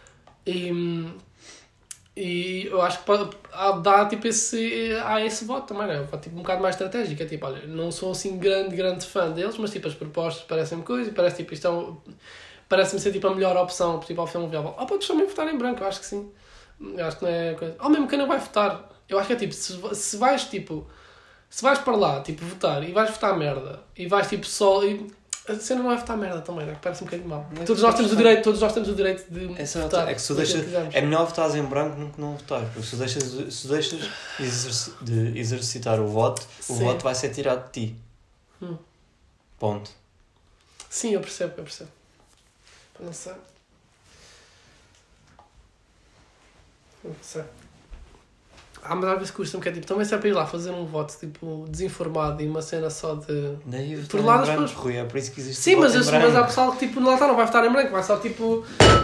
A: E eu acho que dá tipo esse voto também, né? Tipo, um bocado mais estratégico. É tipo, olha, não sou assim grande fã deles, mas tipo, as propostas parecem-me coisa e parece, tipo, parece-me ser tipo, a melhor opção tipo, ao filme viável. Podes também votar em branco, eu acho que sim. Eu acho que não é coisa. Ou mesmo quem não vai votar. Eu acho que é tipo, se vais para lá, tipo, votar e vais votar merda e vais tipo só. A cena não é votar merda também, né? Parece um bocadinho mal. Todos nós temos o direito de votar.
B: É que se é melhor votares em branco do que não votar, porque se deixas de exercitar o voto vai ser tirado de ti. Ponto.
A: Sim, eu percebo. Não sei. Mas às vezes custa um bocadinho. Também se é para ir lá fazer um voto tipo, desinformado e uma cena só de...
B: Daí por lá das pessoas... Rui, é por isso que existe
A: sim, mas há pessoal que tipo, lá está, não vai votar em branco, vai só tipo...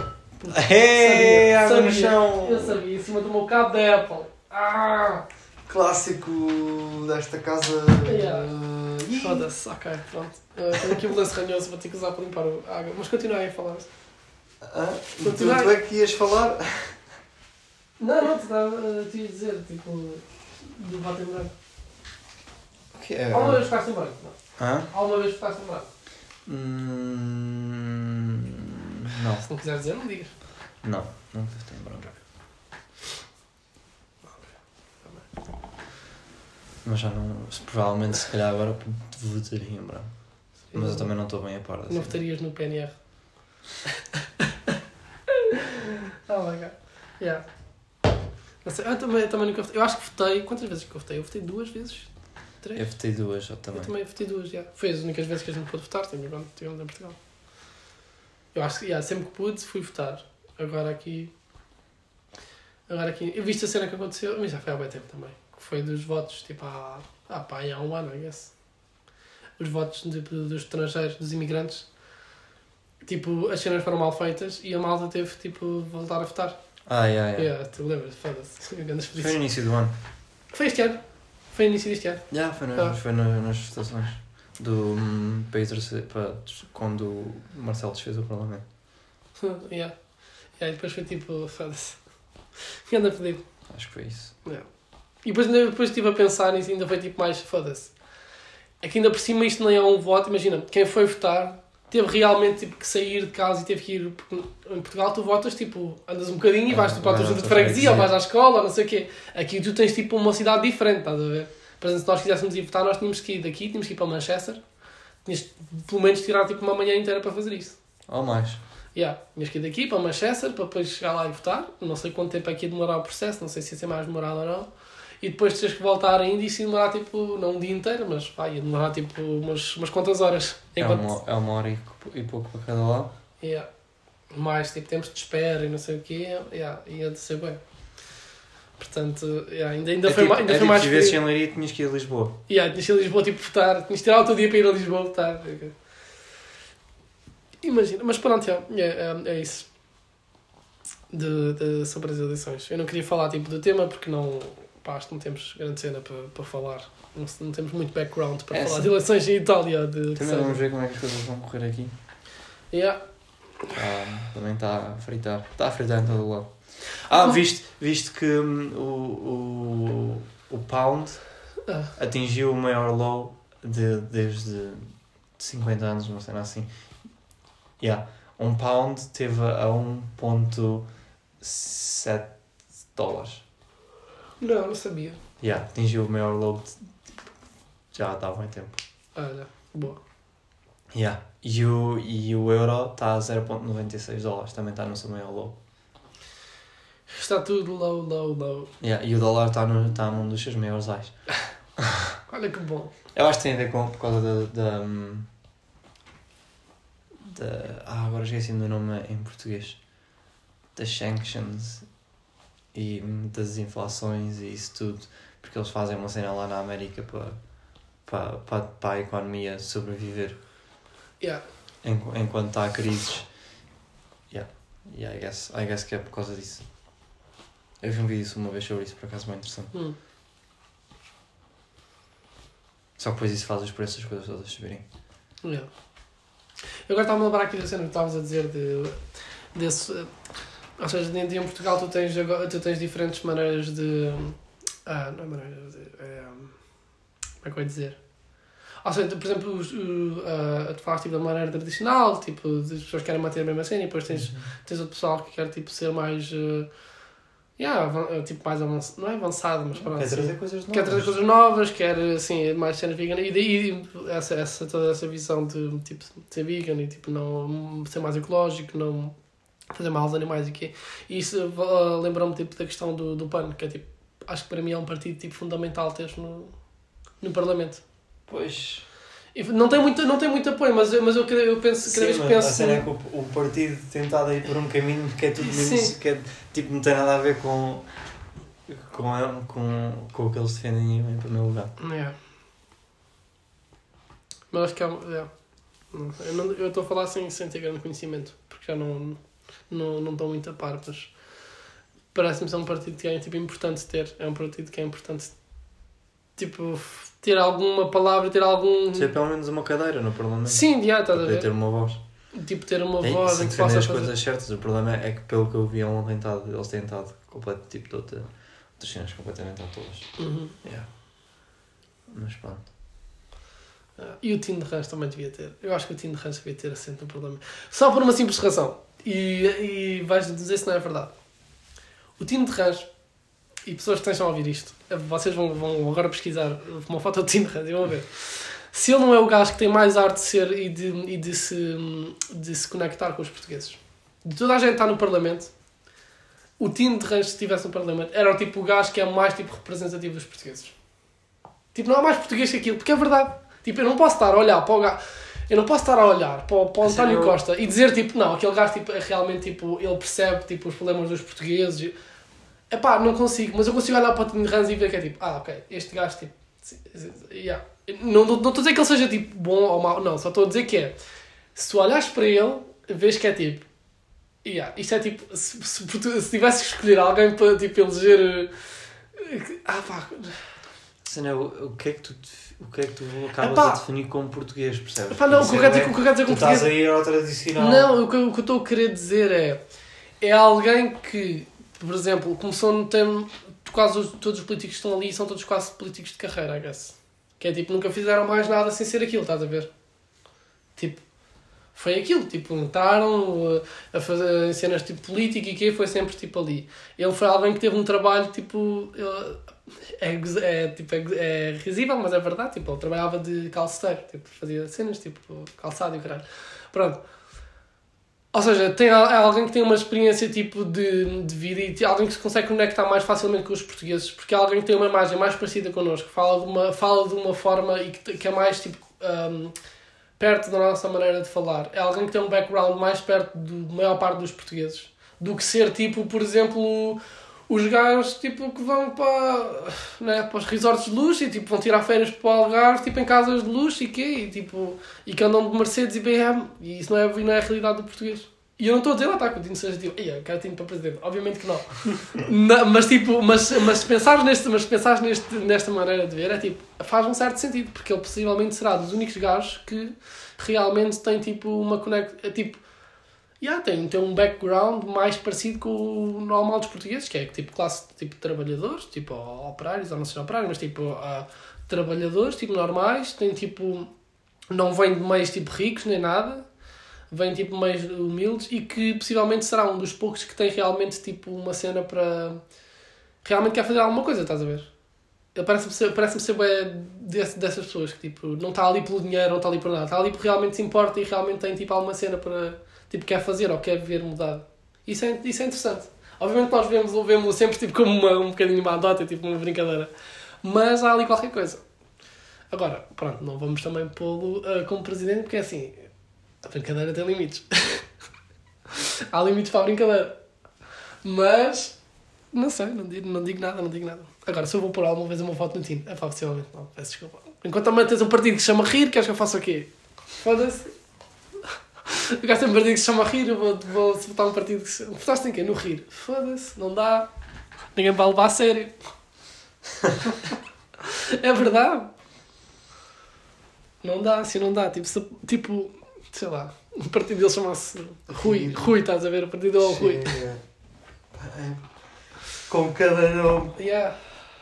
B: Água no chão!
A: Eu sabia, em cima do meu cabo da Apple.
B: Clássico desta casa...
A: Foda-se, ok, pronto. Tenho aqui um lance ranhoso, vou ter que usar para limpar a água. Mas continua aí a falar.
B: Tu é que ias falar?
A: Não, tu ia dizer, tipo, do voto em branco. Alguma vez ficaste em branco? Não. Alguma vez ficaste em branco?
B: Não.
A: Se não quiseres dizer, não digas.
B: Não, nunca fiquei em branco. Mas já não... Provavelmente, se calhar, agora votaria em branco. Mas eu também não estou bem a par.
A: Não votarias no PNR? Oh my god. Yeah. Não sei, eu também nunca votei. Eu acho que votei... Quantas vezes que eu votei? Eu votei 2 vezes? 3?
B: Eu votei 2, eu também.
A: Eu também votei 2, já. Foi as únicas vezes que a gente pôde votar, tivemos em Portugal. Eu acho que, sempre que pude, fui votar. Agora aqui... Eu vi a cena que aconteceu, mas já foi há bem tempo também. Que foi dos votos, tipo, há um ano, I guess. Os votos dos estrangeiros, dos imigrantes. Tipo, as cenas foram mal feitas e a malta teve, tipo, voltar a votar. Yeah, tu lembras? Foda-se. Grandes
B: Foi no
A: felizes.
B: início do ano.
A: Foi este ano. Foi no início deste ano.
B: Foi nas votações do país quando o Marcelo desfez o Parlamento.
A: Yeah. E depois foi tipo, foda-se. Anda fedido.
B: Acho que foi isso.
A: Yeah. E depois estive a pensar nisso e ainda foi tipo mais, foda-se. É que ainda por cima isto nem é um voto. Imagina, quem foi votar teve realmente tipo, que sair de casa e teve que ir. Porque em Portugal tu votas tipo, andas um bocadinho e vais tipo, para a tua junta de freguesia ou vais à escola ou não sei o quê. Aqui tu tens tipo uma cidade diferente, estás a ver? Por exemplo, se nós quiséssemos ir votar, nós tínhamos que ir daqui, tínhamos que ir para Manchester. Tinhas pelo menos tirar tipo uma manhã inteira para fazer isso.
B: Ou mais.
A: Tinhas que ir daqui para Manchester para depois chegar lá e votar. Não sei quanto tempo é que ia demorar o processo, não sei se ia ser mais demorado ou não. E depois tens que voltar ainda e isso ia demorar tipo, não um dia inteiro, mas ia demorar tipo umas quantas horas. Enquanto...
B: É uma hora e pouco para cada lado.
A: Mais tipo tempos de espera e não sei o quê. Ia de ser bem. Portanto, ainda foi mais. Ainda foi mais.
B: Se estivesses em Leiria, tinhas que ir a Lisboa.
A: Tinhas que ir a Lisboa tipo votar. Tinhas que tirar o teu dia para ir a Lisboa votar. Imagina, mas pronto, é isso. Sobre as eleições. Eu não queria falar tipo do tema porque não. Acho que não temos grande cena para falar. Não temos muito background para falar de eleições em Itália.
B: Também vamos ver como é que as coisas vão correr aqui. Também está a fritar. Está a fritar em todo o lado. Viste que o pound atingiu o maior low desde 50 anos, uma cena assim. Um pound teve a 1.7 dólares.
A: Não sabia.
B: Atingiu o maior low já há muito tempo.
A: Olha, boa.
B: E o euro está a 0.96 dólares, também está no seu maior low.
A: Está tudo low.
B: E o dólar está num dos seus maiores highs.
A: Olha que bom.
B: Eu acho que tem a ver por causa agora esqueci-me do nome em português. Das sanctions e das inflações e isso tudo. Porque eles fazem uma cena lá na América para a economia sobreviver. Enquanto há crises. I guess que é por causa disso. Eu vi um vídeo uma vez sobre isso, por acaso bem interessante. Só que depois isso faz os preços das coisas todas subirem.
A: Eu agora estava-me a lembrar aqui da cena que estavas a dizer desse... Ou seja, em Portugal tu tens diferentes maneiras de... não é maneiras de... como é que eu ia dizer? Ou seja, por exemplo, tu falaste tipo, da maneira tradicional, tipo, as pessoas querem manter a mesma cena e depois tens outro pessoal que quer tipo, ser mais... tipo mais avançado, não é avançado, mas pronto.
B: Quer trazer coisas novas.
A: Quer trazer coisas novas, quer assim, mais cenas vegan. E daí toda essa visão de tipo, ser vegan e tipo, não ser mais ecológico, não fazer mal aos animais e quê. E isso lembrou-me tipo, da questão do PAN, que é tipo, acho que para mim é um partido tipo, fundamental teres no Parlamento.
B: Pois.
A: E não tem muito apoio, mas eu penso, cada vez que penso...
B: A cena é que o partido tem estado a ir por um caminho que é tudo menos, que é, tipo, não tem nada a ver com o que eles defendem em primeiro lugar.
A: Mas acho que eu estou a falar sem ter grande conhecimento, porque já não estou muito a par, mas parece-me ser um partido que é tipo, importante ter. É um partido que é importante tipo, ter alguma palavra, ter algum...
B: Ter pelo menos uma cadeira no Parlamento.
A: Sim, estás a ver?
B: Ter uma voz.
A: Tipo, ter uma voz em que
B: possa fazer as coisas certas. O problema é que, pelo que eu vi ontem, eles têm estado completamente, tipo, de outras cenas completamente à todas. Mas pronto.
A: E o Tim de Rãs também devia ter. Eu acho que o Tim de Rãs devia ter assento no Parlamento. Só por uma simples razão. E vais dizer se não é verdade. O Tim de Rãs, e pessoas que estejam a ouvir isto, vocês vão agora pesquisar uma foto do Tim de Rãs e vão ver. Se ele não é o gajo que tem mais arte de ser e de se conectar com os portugueses. De toda a gente que está no Parlamento, o Tim de Rãs, se estivesse no Parlamento, era o tipo o gajo que é mais tipo, representativo dos portugueses. Tipo, não há mais português que aquilo, porque é verdade. Tipo, eu não posso estar a olhar para o gajo... Eu não posso estar a olhar para o António Costa e dizer, tipo, não, aquele gajo tipo, é realmente, tipo, ele percebe tipo, os problemas dos portugueses. Epá, não consigo, mas eu consigo olhar para o Tim de Rãs e ver que é tipo, ok, este gajo, tipo, Não estou a dizer que ele seja, tipo, bom ou mau, não, só estou a dizer que é, se tu olhares para ele, vês que é tipo, Isto é tipo, se tivesse que escolher alguém para tipo, eleger... pá...
B: O que é que tu acabas a definir como português, percebes?
A: Não, o que eu quero dizer com português...
B: Tu estás a ir ao tradicional.
A: Não, o que eu estou a querer dizer é alguém que, por exemplo, começou no termo... todos os políticos que estão ali são todos quase políticos de carreira, I guess. Que é tipo, nunca fizeram mais nada sem ser aquilo, estás a ver? Tipo, foi aquilo, tipo, entraram a fazer cenas tipo política e que foi sempre tipo ali. Ele foi alguém que teve um trabalho tipo... É risível, mas é verdade. Tipo, ele trabalhava de calceteiro, tipo, fazia cenas tipo calçado e o caralho. Pronto. Ou seja, é alguém que tem uma experiência tipo de vida e alguém que se consegue conectar mais facilmente com os portugueses, porque é alguém que tem uma imagem mais parecida connosco, fala de uma forma e que é mais tipo perto da nossa maneira de falar. É alguém que tem um background mais perto da maior parte dos portugueses do que ser tipo, por exemplo, os gajos tipo, que vão para os resorts de luxo e tipo, vão tirar férias para o Algarve tipo, em casas de luxo e que andam de Mercedes e BM, e isso não é a realidade do português. E eu não estou a dizer lá, que o Tino seja tipo, eu quero Tino para presidente, obviamente que não. Mas tipo, se pensares nesta maneira de ver, é tipo, faz um certo sentido, porque ele possivelmente será dos únicos gajos que realmente tem tipo uma conexão, tipo, tem um background mais parecido com o normal dos portugueses, que é tipo classe tipo trabalhadores, tipo operários, ou não sei operários, mas tipo trabalhadores, tipo normais, tem tipo, não vem de meios tipo ricos nem nada, vem tipo meios humildes e que possivelmente será um dos poucos que tem realmente tipo uma cena para... realmente quer fazer alguma coisa, estás a ver? Ele parece-me ser bem dessas pessoas que tipo, não está ali pelo dinheiro, não está ali por nada, está ali porque realmente se importa e realmente tem tipo alguma cena para... tipo, quer fazer ou quer ver mudado. Isso é interessante. Obviamente nós vemos sempre tipo, como um bocadinho uma anedota, tipo uma brincadeira. Mas há ali qualquer coisa. Agora, pronto, não vamos também pô-lo como presidente, porque é assim, a brincadeira tem limites. Há limites para a brincadeira. Mas, não sei, não digo nada. Agora, se eu vou pôr alguma vez uma foto no Tino, possivelmente não, peço desculpa. Enquanto também tens um partido que se chama Rir, queres que eu faça o quê? Foda-se. Eu gasto um partido que se chama Rir, eu vou votar um partido que se... Votaste em quê? No Rir. Foda-se, não dá. Ninguém vai levar a sério. É verdade. Não dá, assim não dá. Tipo, sei lá, o partido dele chama-se Rui, estás a ver? O partido dele é o Rui.
B: Com cada nome.
A: Yeah.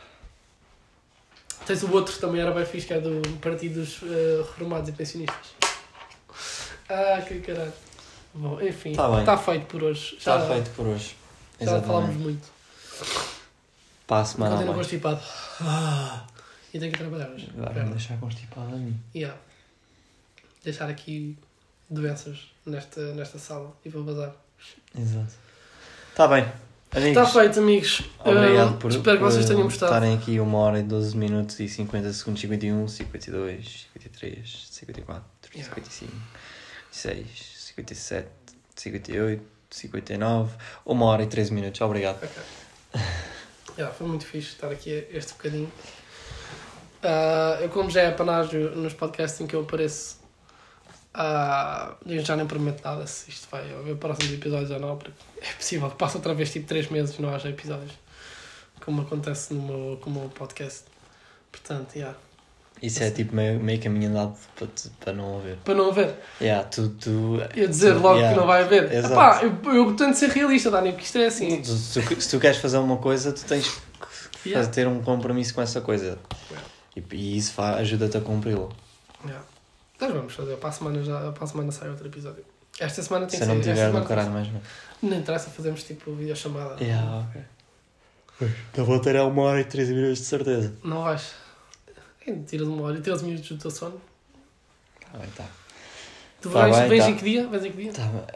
A: Tens o outro também, era bem fixe, que é do Partido dos Reformados e Pensionistas. Que caralho. Bom, enfim, está feito por hoje.
B: Está feito por hoje.
A: Já falámos muito.
B: Para a semana.
A: Continuo constipado. E tenho que trabalhar hoje.
B: Vai-me deixar constipado a mim.
A: Deixar aqui doenças nesta sala e vou bazar.
B: Exato. Está bem. Amigos,
A: está feito, amigos.
B: Obrigado por
A: espero que vocês tenham gostado.
B: Estarem aqui 1 hora e 12 minutos e 50 segundos, 51, 52, 53, 54, 55, 56, 57, 58, 59, 1 hora e 13 minutos. Obrigado.
A: Okay. Foi muito fixe estar aqui este bocadinho. Eu, como já é panágio nos podcasts em que eu apareço, eu já nem prometo nada se isto vai haver próximos episódios ou não, porque é possível que passe outra vez tipo 3 meses e não haja episódios, como acontece no meu podcast. Portanto,
B: isso é tipo meio caminho andado para não haver.
A: Para não haver?
B: Eu
A: dizer logo que não vai haver.
B: Exato.
A: Eu tento ser realista, Dani, porque isto é assim.
B: Se tu queres fazer uma coisa, tu tens que ter um compromisso com essa coisa. E isso ajuda-te a cumpri-lo.
A: Nós vamos fazer. Para a semana sai outro episódio. Esta semana tem
B: que ser. Se não tiver do caralho mais não.
A: Não interessa, fazemos tipo videochamada.
B: Ok. Então vou ter 1 hora e 13 minutos de certeza.
A: Não vais. Tiras 1 hora e 13 minutos do teu sono.
B: Está bem, está.
A: Tu vens em que dia? Vens em que dia?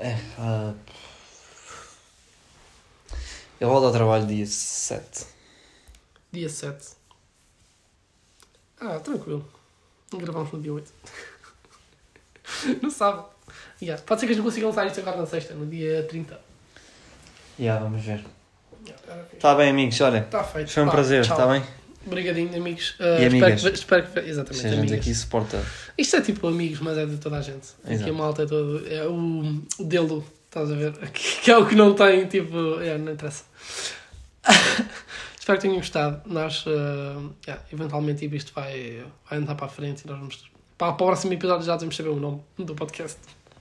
B: Eu volto ao trabalho dia 7.
A: Dia 7. Tranquilo. Gravamos no dia 8. Não sabe. Pode ser que a gente consiga lançar isto agora na sexta, no dia 30.
B: Vamos ver. Está bem, amigos, olha.
A: Está feito.
B: Foi um prazer, está bem?
A: Obrigadinho, amigos.
B: E amigas.
A: Espero que exatamente.
B: Se a gente aqui suporta.
A: Isto é tipo amigos, mas é de toda a gente. Aqui a malta é todo. É o dele Estás a ver? Que é o que não tem, tipo... não interessa. Espero que tenham gostado. Nós, eventualmente, isto vai andar para a frente e nós vamos... Para o próximo episódio já devemos saber o nome do podcast.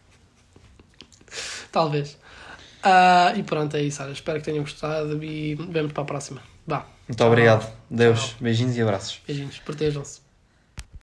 A: Talvez. E pronto, é isso. Olha, espero que tenham gostado e vemos para a próxima. Vá.
B: Muito obrigado. Deus.
A: Tchau.
B: Beijinhos e abraços.
A: Beijinhos. Protejam-se.